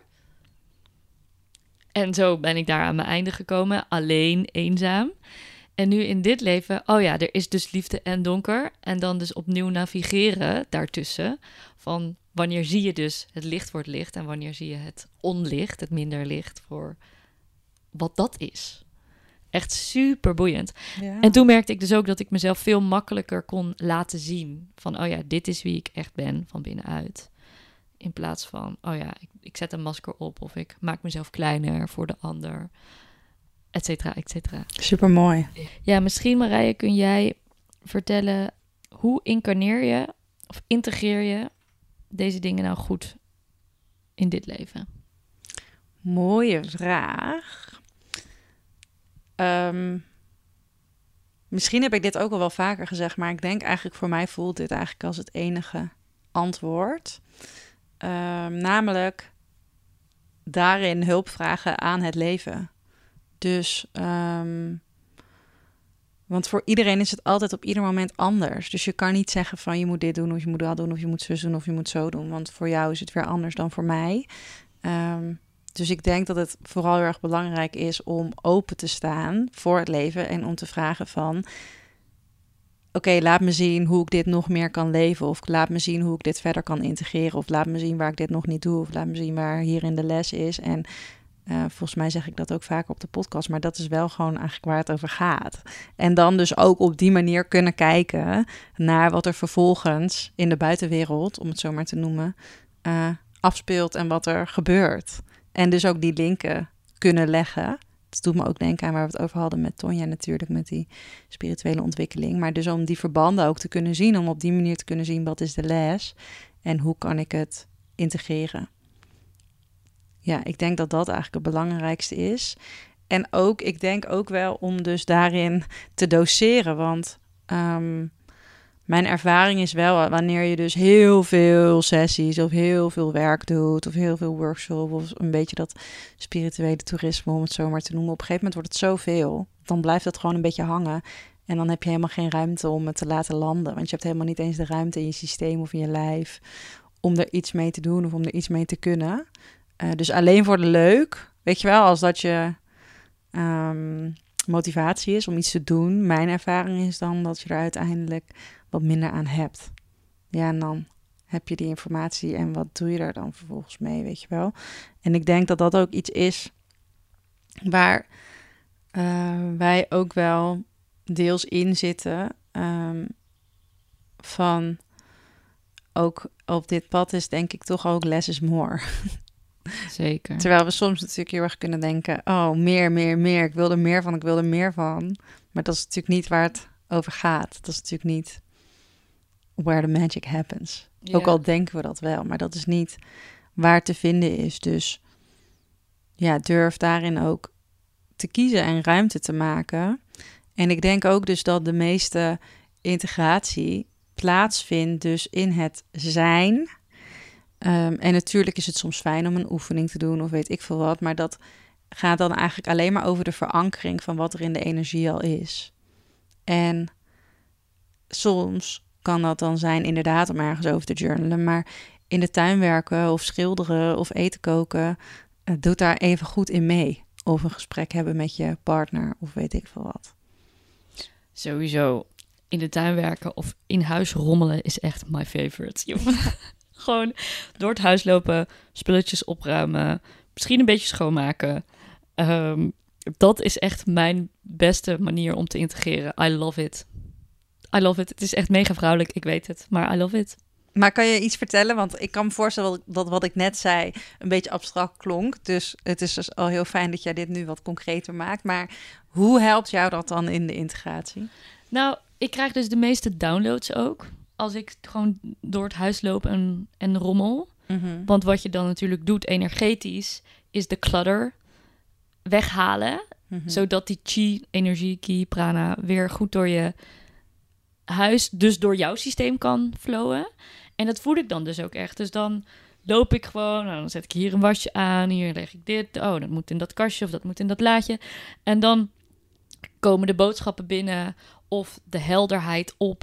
[SPEAKER 1] En zo ben ik daar aan mijn einde gekomen, alleen, eenzaam. En nu in dit leven, oh ja, er is dus liefde en donker. En dan dus opnieuw navigeren daartussen. Van wanneer zie je dus het licht voor het licht en wanneer zie je het onlicht, het minder licht voor wat dat is. Echt super boeiend. Ja. En toen merkte ik dus ook dat ik mezelf veel makkelijker kon laten zien. Van, oh ja, dit is wie ik echt ben van binnenuit. In plaats van, oh ja, ik, ik zet een masker op of ik maak mezelf kleiner voor de ander, et cetera, et cetera.
[SPEAKER 2] Super mooi.
[SPEAKER 1] Ja, misschien Marije, kun jij vertellen, hoe incarneer je of integreer je deze dingen nou goed in dit leven?
[SPEAKER 2] Mooie vraag. Um, misschien heb ik dit ook al wel vaker gezegd, maar ik denk eigenlijk voor mij voelt dit eigenlijk als het enige antwoord. Um, namelijk daarin hulp vragen aan het leven. Dus, um, want voor iedereen is het altijd op ieder moment anders. Dus je kan niet zeggen van je moet dit doen of je moet dat doen of je moet zus doen of je moet zo doen. Want voor jou is het weer anders dan voor mij. Um, dus ik denk dat het vooral heel erg belangrijk is om open te staan voor het leven en om te vragen van, oké, okay, laat me zien hoe ik dit nog meer kan leven. Of laat me zien hoe ik dit verder kan integreren. Of laat me zien waar ik dit nog niet doe. Of laat me zien waar hierin de les is. En uh, volgens mij zeg ik dat ook vaker op de podcast. Maar dat is wel gewoon eigenlijk waar het over gaat. En dan dus ook op die manier kunnen kijken naar wat er vervolgens in de buitenwereld, om het zo maar te noemen, uh, afspeelt en wat er gebeurt. En dus ook die linken kunnen leggen. Het doet me ook denken aan waar we het over hadden met Tonja natuurlijk, met die spirituele ontwikkeling. Maar dus om die verbanden ook te kunnen zien, om op die manier te kunnen zien wat is de les en hoe kan ik het integreren. Ja, ik denk dat dat eigenlijk het belangrijkste is. En ook, ik denk ook wel om dus daarin te doseren, want um, mijn ervaring is wel, wanneer je dus heel veel sessies of heel veel werk doet of heel veel workshops of een beetje dat spirituele toerisme, om het zo maar te noemen, op een gegeven moment wordt het zoveel, dan blijft het gewoon een beetje hangen en dan heb je helemaal geen ruimte om het te laten landen, want je hebt helemaal niet eens de ruimte in je systeem of in je lijf om er iets mee te doen of om er iets mee te kunnen. Uh, dus alleen voor de leuk, weet je wel, als dat je um, motivatie is om iets te doen. Mijn ervaring is dan dat je er uiteindelijk wat minder aan hebt. Ja, en dan heb je die informatie en wat doe je daar dan vervolgens mee, weet je wel. En ik denk dat dat ook iets is waar uh, wij ook wel deels in zitten. Um, van ook op dit pad is denk ik toch ook less is more.
[SPEAKER 1] Zeker.
[SPEAKER 2] Terwijl we soms natuurlijk heel erg kunnen denken, oh, meer, meer, meer. Ik wil er meer van, ik wil er meer van. Maar dat is natuurlijk niet waar het over gaat. Dat is natuurlijk niet where the magic happens. Ja. Ook al denken we dat wel, maar dat is niet waar te vinden is. Dus ja, durf daarin ook te kiezen en ruimte te maken. En ik denk ook dus dat de meeste integratie plaatsvindt dus in het zijn. Um, en natuurlijk is het soms fijn om een oefening te doen of weet ik veel wat. Maar dat gaat dan eigenlijk alleen maar over de verankering van wat er in de energie al is. En soms kan dat dan zijn inderdaad om ergens over te journalen. Maar in de tuin werken of schilderen of eten koken, uh, doet daar even goed in mee. Of een gesprek hebben met je partner of weet ik veel wat.
[SPEAKER 1] Sowieso in de tuin werken of in huis rommelen is echt my favorite. Gewoon door het huis lopen, spulletjes opruimen, misschien een beetje schoonmaken. Um, dat is echt mijn beste manier om te integreren. I love it. I love it. Het is echt mega vrouwelijk, ik weet het, maar I love it.
[SPEAKER 2] Maar kan je iets vertellen? Want ik kan me voorstellen dat wat ik net zei een beetje abstract klonk. Dus het is dus al heel fijn dat jij dit nu wat concreter maakt. Maar hoe helpt jou dat dan in de integratie?
[SPEAKER 1] Nou, ik krijg dus de meeste downloads ook. Als ik gewoon door het huis loop en, en rommel. Mm-hmm. Want wat je dan natuurlijk doet energetisch, is de clutter weghalen. Mm-hmm. Zodat die chi, energie, ki, prana weer goed door je huis, dus door jouw systeem kan flowen. En dat voel ik dan dus ook echt. Dus dan loop ik gewoon, nou, dan zet ik hier een wasje aan, hier leg ik dit. Oh, dat moet in dat kastje of dat moet in dat laadje. En dan komen de boodschappen binnen of de helderheid op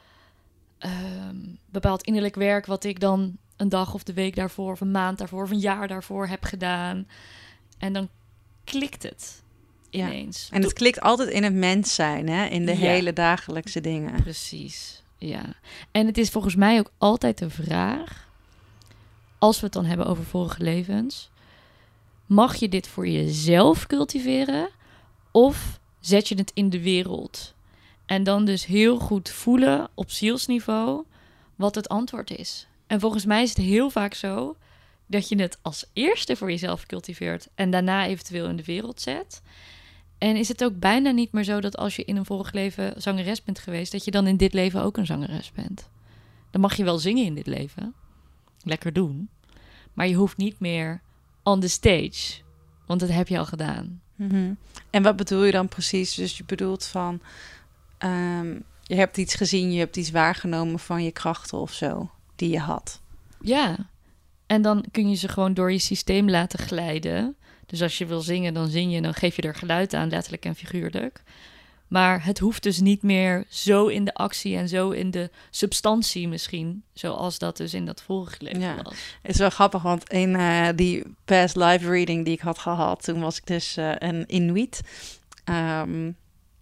[SPEAKER 1] um, bepaald innerlijk werk wat ik dan een dag of de week daarvoor of een maand daarvoor of een jaar daarvoor heb gedaan. En dan klikt het ineens.
[SPEAKER 2] Ja. En het klikt altijd in het mens zijn, hè? In de ja. hele dagelijkse dingen.
[SPEAKER 1] Precies, ja. En het is volgens mij ook altijd de vraag, als we het dan hebben over vorige levens, mag je dit voor jezelf cultiveren of zet je het in de wereld? En dan dus heel goed voelen op zielsniveau wat het antwoord is. En volgens mij is het heel vaak zo dat je het als eerste voor jezelf cultiveert en daarna eventueel in de wereld zet. En is het ook bijna niet meer zo dat als je in een vorig leven zangeres bent geweest, dat je dan in dit leven ook een zangeres bent. Dan mag je wel zingen in dit leven. Lekker doen. Maar je hoeft niet meer on the stage. Want dat heb je al gedaan.
[SPEAKER 2] Mm-hmm. En wat bedoel je dan precies? Dus je bedoelt van, Um, je hebt iets gezien, je hebt iets waargenomen van je krachten of zo, die je had.
[SPEAKER 1] Ja, en dan kun je ze gewoon door je systeem laten glijden. Dus als je wil zingen, dan zing je, dan geef je er geluid aan, letterlijk en figuurlijk. Maar het hoeft dus niet meer zo in de actie en zo in de substantie misschien, zoals dat dus in dat vorige leven ja. was.
[SPEAKER 2] Het is wel grappig, want in uh, die past live reading die ik had gehad, toen was ik dus uh, een Inuit. Um,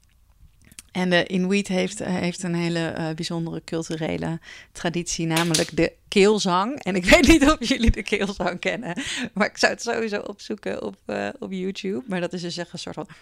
[SPEAKER 2] En de Inuit heeft, heeft een hele uh, bijzondere culturele traditie, namelijk de keelzang. En ik weet niet of jullie de keelzang kennen, maar ik zou het sowieso opzoeken op, uh, op YouTube. Maar dat is dus echt een soort van,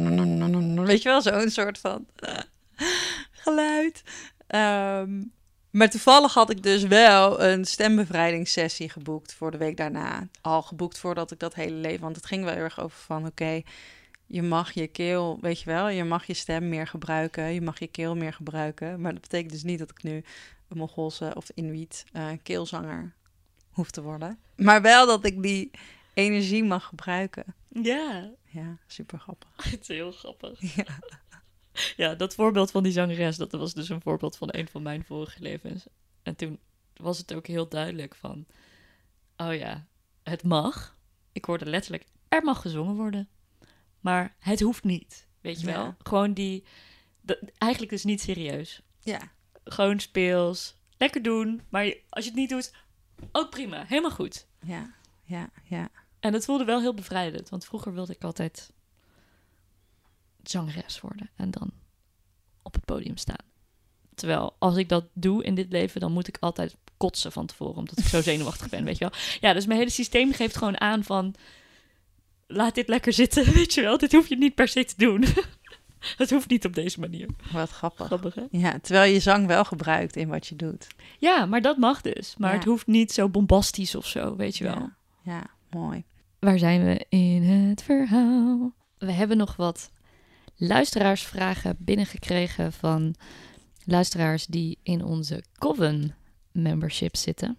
[SPEAKER 2] weet je wel, zo'n soort van uh, geluid. Um, Maar toevallig had ik dus wel een stembevrijdingssessie geboekt voor de week daarna. Al geboekt voordat ik dat hele leven... Want het ging wel heel erg over van, oké, okay, je mag je keel, weet je wel, je mag je stem meer gebruiken. Je mag je keel meer gebruiken. Maar dat betekent dus niet dat ik nu een Mongoolse of Inuit uh, keelzanger hoef te worden. Maar wel dat ik die energie mag gebruiken.
[SPEAKER 1] Ja.
[SPEAKER 2] Ja, super grappig.
[SPEAKER 1] Het is heel grappig.
[SPEAKER 2] Ja.
[SPEAKER 1] Ja, dat voorbeeld van die zangeres, dat was dus een voorbeeld van een van mijn vorige levens. En toen was het ook heel duidelijk van, oh ja, het mag. Ik hoorde letterlijk, er mag gezongen worden. Maar het hoeft niet, weet je
[SPEAKER 2] Ja.
[SPEAKER 1] wel? Gewoon die, dat, eigenlijk is het niet serieus.
[SPEAKER 2] Ja.
[SPEAKER 1] Gewoon speels, lekker doen. Maar je, als je het niet doet, ook prima, helemaal goed.
[SPEAKER 2] Ja, ja, ja.
[SPEAKER 1] En dat voelde wel heel bevrijdend, want vroeger wilde ik altijd zangeres worden en dan op het podium staan. Terwijl als ik dat doe in dit leven, dan moet ik altijd kotsen van tevoren, omdat ik zo zenuwachtig ben, weet je wel. Ja, dus mijn hele systeem geeft gewoon aan van, laat dit lekker zitten, weet je wel. Dit hoef je niet per se te doen. Het hoeft niet op deze manier.
[SPEAKER 2] Wat grappig.
[SPEAKER 1] Grappig, hè?
[SPEAKER 2] Ja, terwijl je zang wel gebruikt in wat je doet.
[SPEAKER 1] Ja, maar dat mag dus. Maar
[SPEAKER 2] Ja.
[SPEAKER 1] het hoeft niet zo bombastisch of zo, weet je wel.
[SPEAKER 2] Ja, ja, mooi.
[SPEAKER 1] Waar zijn we in het verhaal? We hebben nog wat luisteraarsvragen binnengekregen van luisteraars die in onze Coven membership zitten.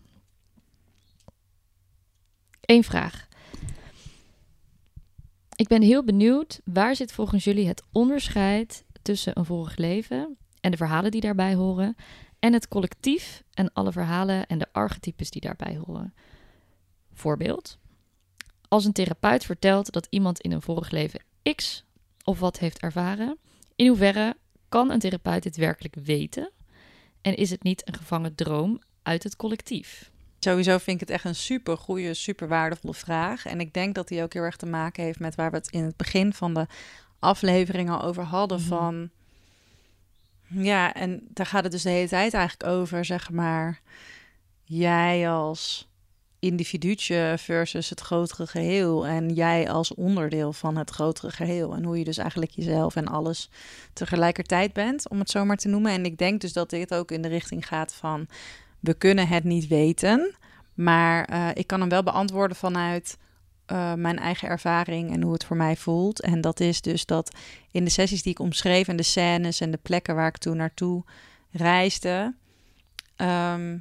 [SPEAKER 1] Eén vraag. Ik ben heel benieuwd, waar zit volgens jullie het onderscheid tussen een vorig leven en de verhalen die daarbij horen en het collectief en alle verhalen en de archetypes die daarbij horen? Voorbeeld. Als een therapeut vertelt dat iemand in een vorig leven X of wat heeft ervaren, in hoeverre kan een therapeut dit werkelijk weten? En is het niet een gevangen droom uit het collectief?
[SPEAKER 2] Sowieso vind ik het echt een super goede, super waardevolle vraag. En ik denk dat die ook heel erg te maken heeft met waar we het in het begin van de aflevering al over hadden.
[SPEAKER 1] Mhm.
[SPEAKER 2] Van ja, en daar gaat het dus de hele tijd eigenlijk over, zeg maar, jij als individuutje versus het grotere geheel en jij als onderdeel van het grotere geheel. En hoe je dus eigenlijk jezelf en alles tegelijkertijd bent, om het zo maar te noemen. En ik denk dus dat dit ook in de richting gaat van, we kunnen het niet weten, maar uh, ik kan hem wel beantwoorden vanuit uh, mijn eigen ervaring en hoe het voor mij voelt. En dat is dus dat in de sessies die ik omschreef en de scènes en de plekken waar ik toen naartoe reisde, um,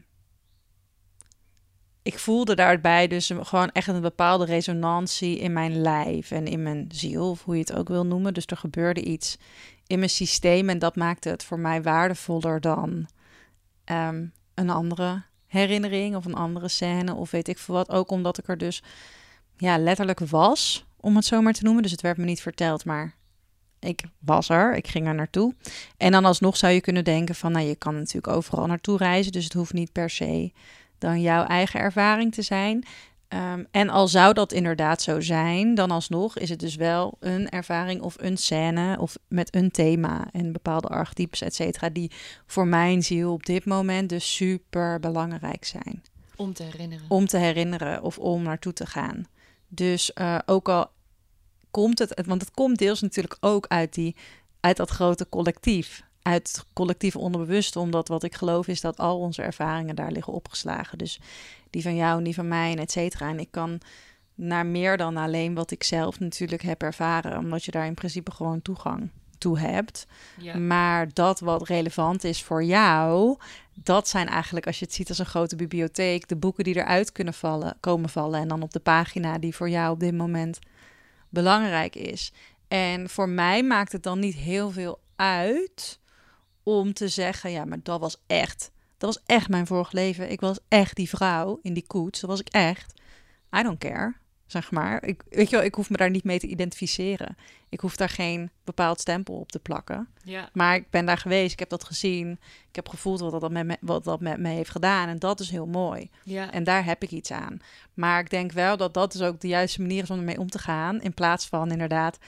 [SPEAKER 2] ik voelde daarbij dus gewoon echt een bepaalde resonantie in mijn lijf en in mijn ziel, of hoe je het ook wil noemen. Dus er gebeurde iets in mijn systeem en dat maakte het voor mij waardevoller dan um, een andere herinnering of een andere scène of weet ik veel wat. Ook omdat ik er dus ja, letterlijk was, om het zo maar te noemen. Dus het werd me niet verteld, maar ik was er. Ik ging er naartoe. En dan alsnog zou je kunnen denken van, nou, je kan natuurlijk overal naartoe reizen, dus het hoeft niet per se dan jouw eigen ervaring te zijn. Um, en al zou dat inderdaad zo zijn, dan alsnog is het dus wel een ervaring of een scène of met een thema en bepaalde archetypes, et cetera, die voor mijn ziel op dit moment dus super belangrijk zijn.
[SPEAKER 1] Om te herinneren.
[SPEAKER 2] Om te herinneren of om naartoe te gaan. Dus uh, ook al komt het, want het komt deels natuurlijk ook uit, die, uit dat grote collectief. Uit het collectief onderbewuste, omdat wat ik geloof is dat al onze ervaringen daar liggen opgeslagen. Dus die van jou en die van mij en et cetera. En ik kan naar meer dan alleen wat ik zelf natuurlijk heb ervaren, omdat je daar in principe gewoon toegang toe hebt. Ja. Maar dat wat relevant is voor jou, dat zijn eigenlijk, als je het ziet als een grote bibliotheek, de boeken die eruit kunnen vallen, komen vallen en dan op de pagina die voor jou op dit moment belangrijk is. En voor mij maakt het dan niet heel veel uit om te zeggen, ja, maar dat was echt, dat was echt mijn vorig leven. Ik was echt die vrouw in die koets. Dat was ik echt. I don't care, zeg maar. Ik, weet je wel, ik hoef me daar niet mee te identificeren. Ik hoef daar geen bepaald stempel op te plakken.
[SPEAKER 1] Ja.
[SPEAKER 2] Maar ik ben daar geweest, ik heb dat gezien. Ik heb gevoeld wat dat met me, wat dat met me heeft gedaan. En dat is heel mooi.
[SPEAKER 1] Ja.
[SPEAKER 2] En daar heb ik iets aan. Maar ik denk wel dat dat dus ook de juiste manier is om ermee om te gaan. In plaats van inderdaad,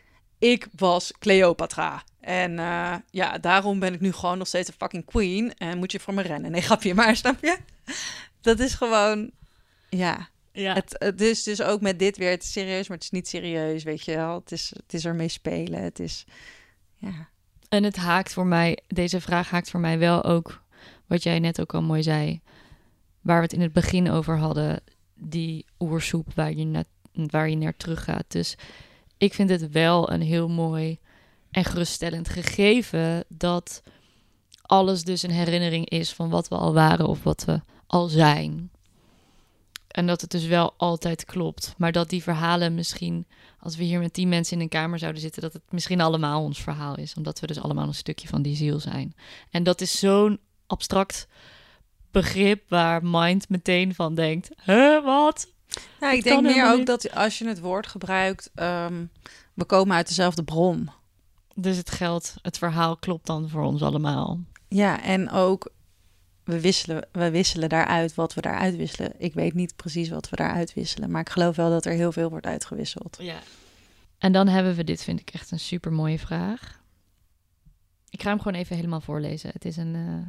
[SPEAKER 2] ik was Cleopatra. En uh, ja, daarom ben ik nu gewoon nog steeds een fucking queen. En moet je voor me rennen. Nee, grapje, maar snap je? Dat is gewoon, ja.
[SPEAKER 1] ja.
[SPEAKER 2] Het, het is dus ook met dit weer, het is serieus, maar het is niet serieus, weet je wel. Het is, het is ermee spelen. Het is, ja.
[SPEAKER 1] En het haakt voor mij, deze vraag haakt voor mij wel ook wat jij net ook al mooi zei, waar we het in het begin over hadden, die oersoep waar je, na, waar je naar terug gaat. Dus ik vind het wel een heel mooi en geruststellend gegeven dat alles dus een herinnering is van wat we al waren of wat we al zijn. En dat het dus wel altijd klopt. Maar dat die verhalen misschien, als we hier met tien mensen in een kamer zouden zitten, dat het misschien allemaal ons verhaal is. Omdat we dus allemaal een stukje van die ziel zijn. En dat is zo'n abstract begrip waar mind meteen van denkt, huh, wat?
[SPEAKER 2] Nou, ik
[SPEAKER 1] Dat
[SPEAKER 2] denk
[SPEAKER 1] kan
[SPEAKER 2] meer
[SPEAKER 1] helemaal
[SPEAKER 2] ook
[SPEAKER 1] niet.
[SPEAKER 2] dat als je het woord gebruikt, um, we komen uit dezelfde bron.
[SPEAKER 1] Dus het geldt, het verhaal klopt dan voor ons allemaal.
[SPEAKER 2] Ja, en ook, we wisselen, we wisselen daaruit wat we daaruit wisselen. Ik weet niet precies wat we daaruit wisselen, maar ik geloof wel dat er heel veel wordt uitgewisseld.
[SPEAKER 1] Ja. En dan hebben we dit, vind ik echt een super mooie vraag. Ik ga hem gewoon even helemaal voorlezen. Het is een, uh,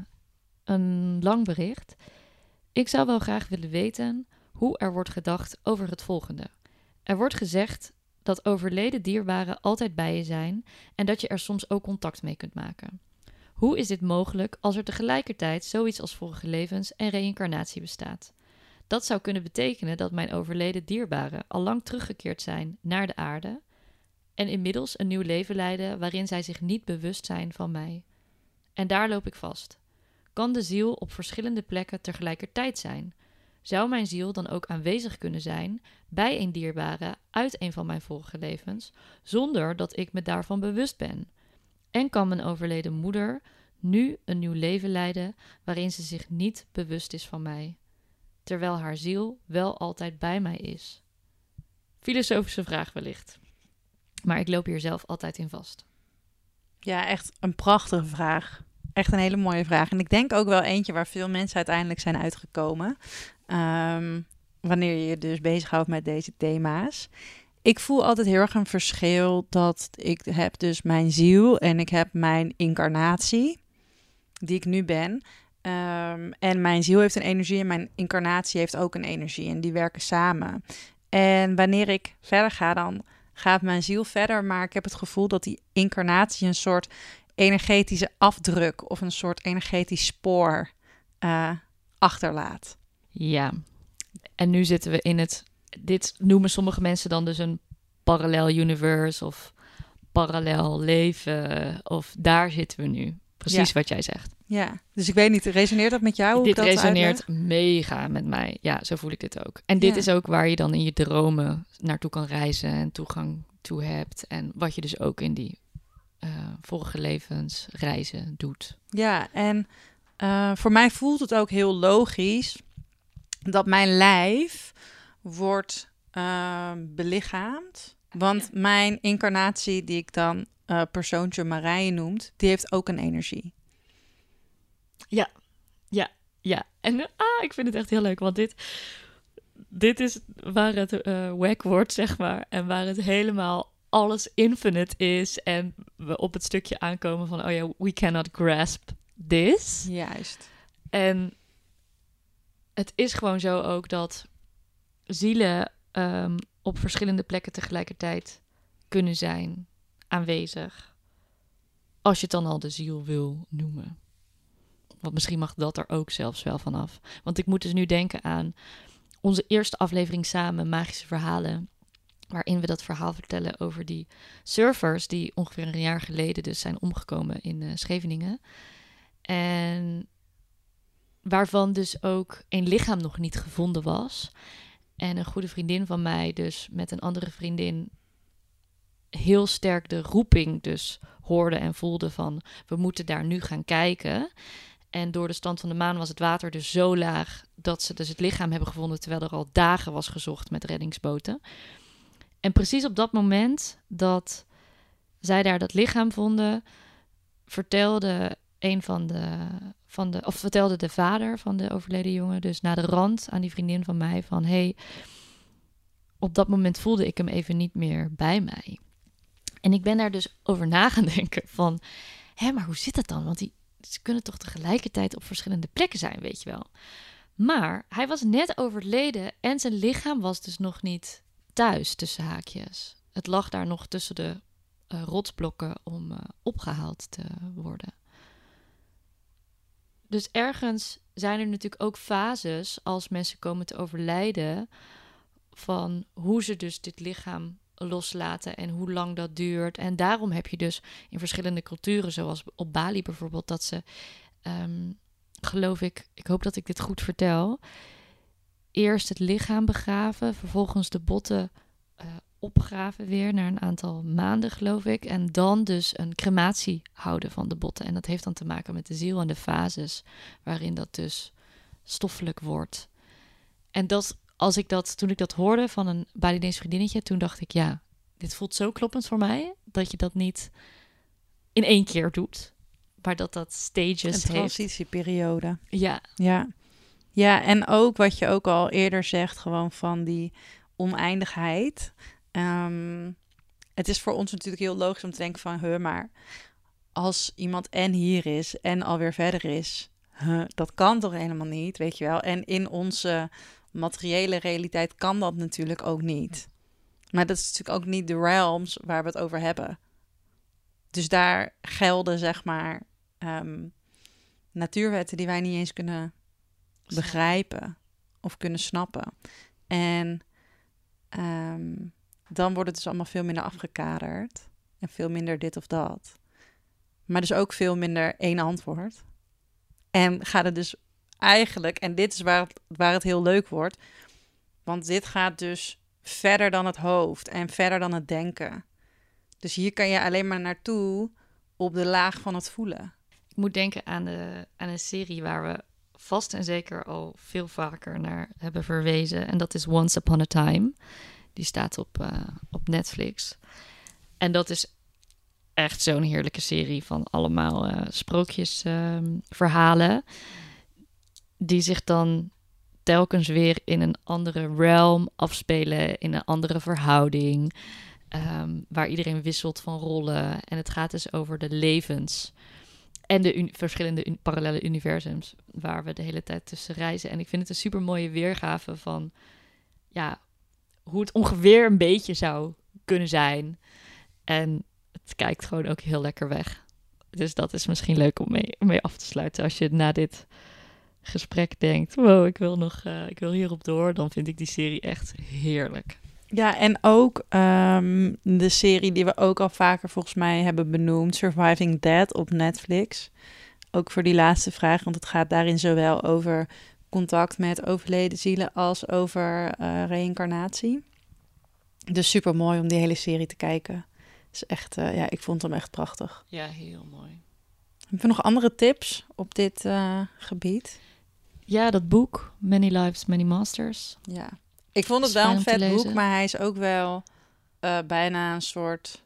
[SPEAKER 1] een lang bericht. Ik zou wel graag willen weten hoe er wordt gedacht over het volgende. Er wordt gezegd dat overleden dierbaren altijd bij je zijn en dat je er soms ook contact mee kunt maken. Hoe is dit mogelijk als er tegelijkertijd zoiets als vorige levens en reïncarnatie bestaat? Dat zou kunnen betekenen dat mijn overleden dierbaren al lang teruggekeerd zijn naar de aarde en inmiddels een nieuw leven leiden waarin zij zich niet bewust zijn van mij. En daar loop ik vast. Kan de ziel op verschillende plekken tegelijkertijd zijn? Zou mijn ziel dan ook aanwezig kunnen zijn bij een dierbare uit een van mijn vorige levens, zonder dat ik me daarvan bewust ben? En kan mijn overleden moeder nu een nieuw leven leiden waarin ze zich niet bewust is van mij, terwijl haar ziel wel altijd bij mij is? Filosofische vraag wellicht, maar ik loop hier zelf altijd in vast.
[SPEAKER 2] Ja, echt een prachtige vraag. Echt een hele mooie vraag. En ik denk ook wel eentje waar veel mensen uiteindelijk zijn uitgekomen. Um, wanneer je je dus bezighoudt met deze thema's. Ik voel altijd heel erg een verschil dat ik heb dus mijn ziel en ik heb mijn incarnatie, die ik nu ben. Um, en mijn ziel heeft een energie en mijn incarnatie heeft ook een energie. En die werken samen. En wanneer ik verder ga, dan gaat mijn ziel verder. Maar ik heb het gevoel dat die incarnatie een soort energetische afdruk of een soort energetisch spoor uh, achterlaat.
[SPEAKER 1] Ja, en nu zitten we in het, dit noemen sommige mensen dan dus een parallel universe of parallel leven, of daar zitten we nu. Precies ja. Wat jij zegt.
[SPEAKER 2] Ja, dus ik weet niet, resoneert dat met jou? Hoe
[SPEAKER 1] dit
[SPEAKER 2] ik dat
[SPEAKER 1] resoneert
[SPEAKER 2] uitleg?
[SPEAKER 1] mega met mij. Ja, zo voel ik dit ook. En dit ja. is ook waar je dan in je dromen naartoe kan reizen en toegang toe hebt. En wat je dus ook in die uh, vorige levens reizen doet.
[SPEAKER 2] Ja, en uh, voor mij voelt het ook heel logisch dat mijn lijf wordt uh, belichaamd. Want ja. mijn incarnatie, die ik dan uh, persoontje Marije noemt, die heeft ook een energie.
[SPEAKER 1] Ja, ja, ja. En ah, ik vind het echt heel leuk, want dit, dit is waar het uh, wack wordt, zeg maar. En waar het helemaal alles infinite is. En we op het stukje aankomen van, oh ja, we cannot grasp this.
[SPEAKER 2] Juist.
[SPEAKER 1] En het is gewoon zo ook dat zielen um, op verschillende plekken tegelijkertijd kunnen zijn aanwezig. Als je het dan al de ziel wil noemen. Want misschien mag dat er ook zelfs wel vanaf. Want ik moet dus nu denken aan onze eerste aflevering samen, Magische Verhalen. Waarin we dat verhaal vertellen over die surfers die ongeveer een jaar geleden dus zijn omgekomen in uh, Scheveningen. En waarvan dus ook een lichaam nog niet gevonden was. En een goede vriendin van mij dus met een andere vriendin heel sterk de roeping dus hoorde en voelde van, we moeten daar nu gaan kijken. En door de stand van de maan was het water dus zo laag dat ze dus het lichaam hebben gevonden, terwijl er al dagen was gezocht met reddingsboten. En precies op dat moment dat zij daar dat lichaam vonden, vertelde een van de, van de, of vertelde de vader van de overleden jongen dus na de rand aan die vriendin van mij van, hey, op dat moment voelde ik hem even niet meer bij mij. En ik ben daar dus over na gaan denken van, hé, maar hoe zit dat dan? Want die, ze kunnen toch tegelijkertijd op verschillende plekken zijn, weet je wel. Maar hij was net overleden en zijn lichaam was dus nog niet thuis, tussen haakjes. Het lag daar nog tussen de uh, rotsblokken om uh, opgehaald te worden. dus ergens zijn er natuurlijk ook fases als mensen komen te overlijden van hoe ze dus dit lichaam loslaten en hoe lang dat duurt. En daarom heb je dus in verschillende culturen, zoals op Bali bijvoorbeeld, dat ze, um, geloof ik, ik hoop dat ik dit goed vertel, eerst het lichaam begraven, vervolgens de botten uh, opgraven weer na een aantal maanden, geloof ik. En dan dus een crematie houden van de botten. En dat heeft dan te maken met de ziel en de fases waarin dat dus stoffelijk wordt. En dat, als ik dat, toen ik dat hoorde van een Balinese vriendinnetje, toen dacht ik, ja, dit voelt zo kloppend voor mij, dat je dat niet in één keer doet, maar dat dat stages heeft.
[SPEAKER 2] Een transitieperiode.
[SPEAKER 1] Ja.
[SPEAKER 2] Ja. Ja, en ook wat je ook al eerder zegt, gewoon van die oneindigheid. Um, het is voor ons natuurlijk heel logisch om te denken van, huh, maar als iemand en hier is en alweer verder is, huh, dat kan toch helemaal niet, weet je wel. En in onze materiële realiteit kan dat natuurlijk ook niet. Maar dat is natuurlijk ook niet de realms waar we het over hebben. Dus daar gelden, zeg maar, um, natuurwetten die wij niet eens kunnen begrijpen of kunnen snappen. En um, dan wordt het dus allemaal veel minder afgekaderd en veel minder dit of dat. Maar dus ook veel minder één antwoord. En gaat het dus eigenlijk, en dit is waar het, waar het heel leuk wordt, want dit gaat dus verder dan het hoofd en verder dan het denken. Dus hier kan je alleen maar naartoe op de laag van het voelen.
[SPEAKER 1] Ik moet denken aan, de, aan een serie waar we vast en zeker al veel vaker naar hebben verwezen. En dat is Once Upon a Time. Die staat op, uh, op Netflix. En dat is echt zo'n heerlijke serie van allemaal uh, sprookjesverhalen. Uh, die zich dan telkens weer in een andere realm afspelen. In een andere verhouding. Um, waar iedereen wisselt van rollen. En het gaat dus over de levens. En de un- verschillende un- parallele universums waar we de hele tijd tussen reizen. En ik vind het een super mooie weergave van ja, hoe het ongeveer een beetje zou kunnen zijn. En het kijkt gewoon ook heel lekker weg. Dus dat is misschien leuk om mee, mee af te sluiten. Als je na dit gesprek denkt, wow, ik wil nog, uh, ik wil hierop door. Dan vind ik die serie echt heerlijk.
[SPEAKER 2] Ja, en ook um, de serie die we ook al vaker volgens mij hebben benoemd, Surviving Dead op Netflix. Ook voor die laatste vraag, want het gaat daarin zowel over contact met overleden zielen als over uh, reïncarnatie. Dus super mooi om die hele serie te kijken. Is echt, uh, ja, ik vond hem echt prachtig.
[SPEAKER 1] Ja, heel mooi.
[SPEAKER 2] Hebben we nog andere tips op dit uh, gebied?
[SPEAKER 1] Ja, dat boek, Many Lives, Many Masters.
[SPEAKER 2] Ja. Ik vond het wel een vet boek, maar hij is ook wel uh, bijna een soort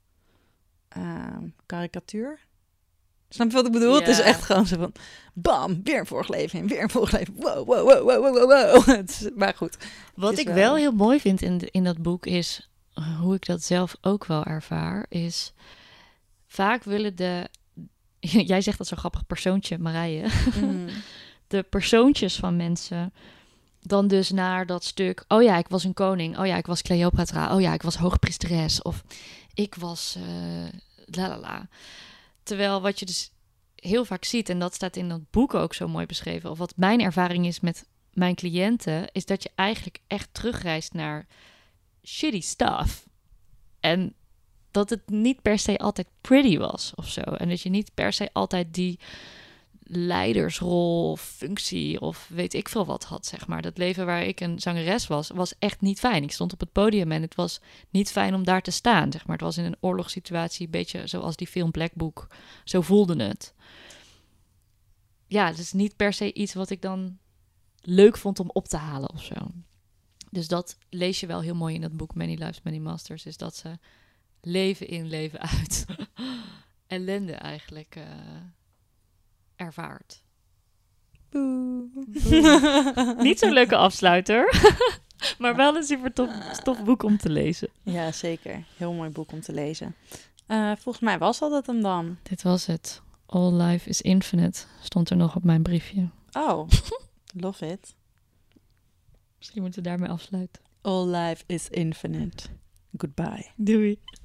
[SPEAKER 2] uh, karikatuur. Snap je wat ik bedoel? Ja. Het is echt gewoon zo van, bam, weer een vorig leven in, weer een vorig leven. Wow, wow, wow, wow, wow, wow. Het is, maar goed.
[SPEAKER 1] Wat ik wel... wel heel mooi vind in, de, in dat boek is, hoe ik dat zelf ook wel ervaar, is vaak willen de, jij zegt dat zo grappig, persoontje, Marije. Mm. De persoontjes van mensen dan dus naar dat stuk, oh ja, ik was een koning. Oh ja, ik was Cleopatra. Oh ja, ik was hoogpriesteres. Of ik was uh, la la la. Terwijl wat je dus heel vaak ziet, en dat staat in dat boek ook zo mooi beschreven, of wat mijn ervaring is met mijn cliënten, is dat je eigenlijk echt terugreist naar shitty stuff. En dat het niet per se altijd pretty was of zo. En dat je niet per se altijd die leidersrol of functie of weet ik veel wat had, zeg maar. Dat leven waar ik een zangeres was, was echt niet fijn. Ik stond op het podium en het was niet fijn om daar te staan, zeg maar. Het was in een oorlogssituatie, een beetje zoals die film Black Book. Zo voelde het. Ja, het is niet per se iets wat ik dan leuk vond om op te halen of zo. Dus dat lees je wel heel mooi in dat boek Many Lives, Many Masters, is dat ze leven in, leven uit. Ellende eigenlijk uh, ervaart.
[SPEAKER 2] Boe.
[SPEAKER 1] Boe. Niet zo'n leuke afsluiter. Maar wel een super tof, tof boek om te lezen.
[SPEAKER 2] Ja, zeker. Heel mooi boek om te lezen. Uh, volgens mij was dat het hem dan.
[SPEAKER 1] Dit was het. All life is infinite. Stond er nog op mijn briefje.
[SPEAKER 2] Oh, love it.
[SPEAKER 1] Misschien moeten we daarmee afsluiten.
[SPEAKER 2] All life is infinite. Goodbye.
[SPEAKER 1] Doei.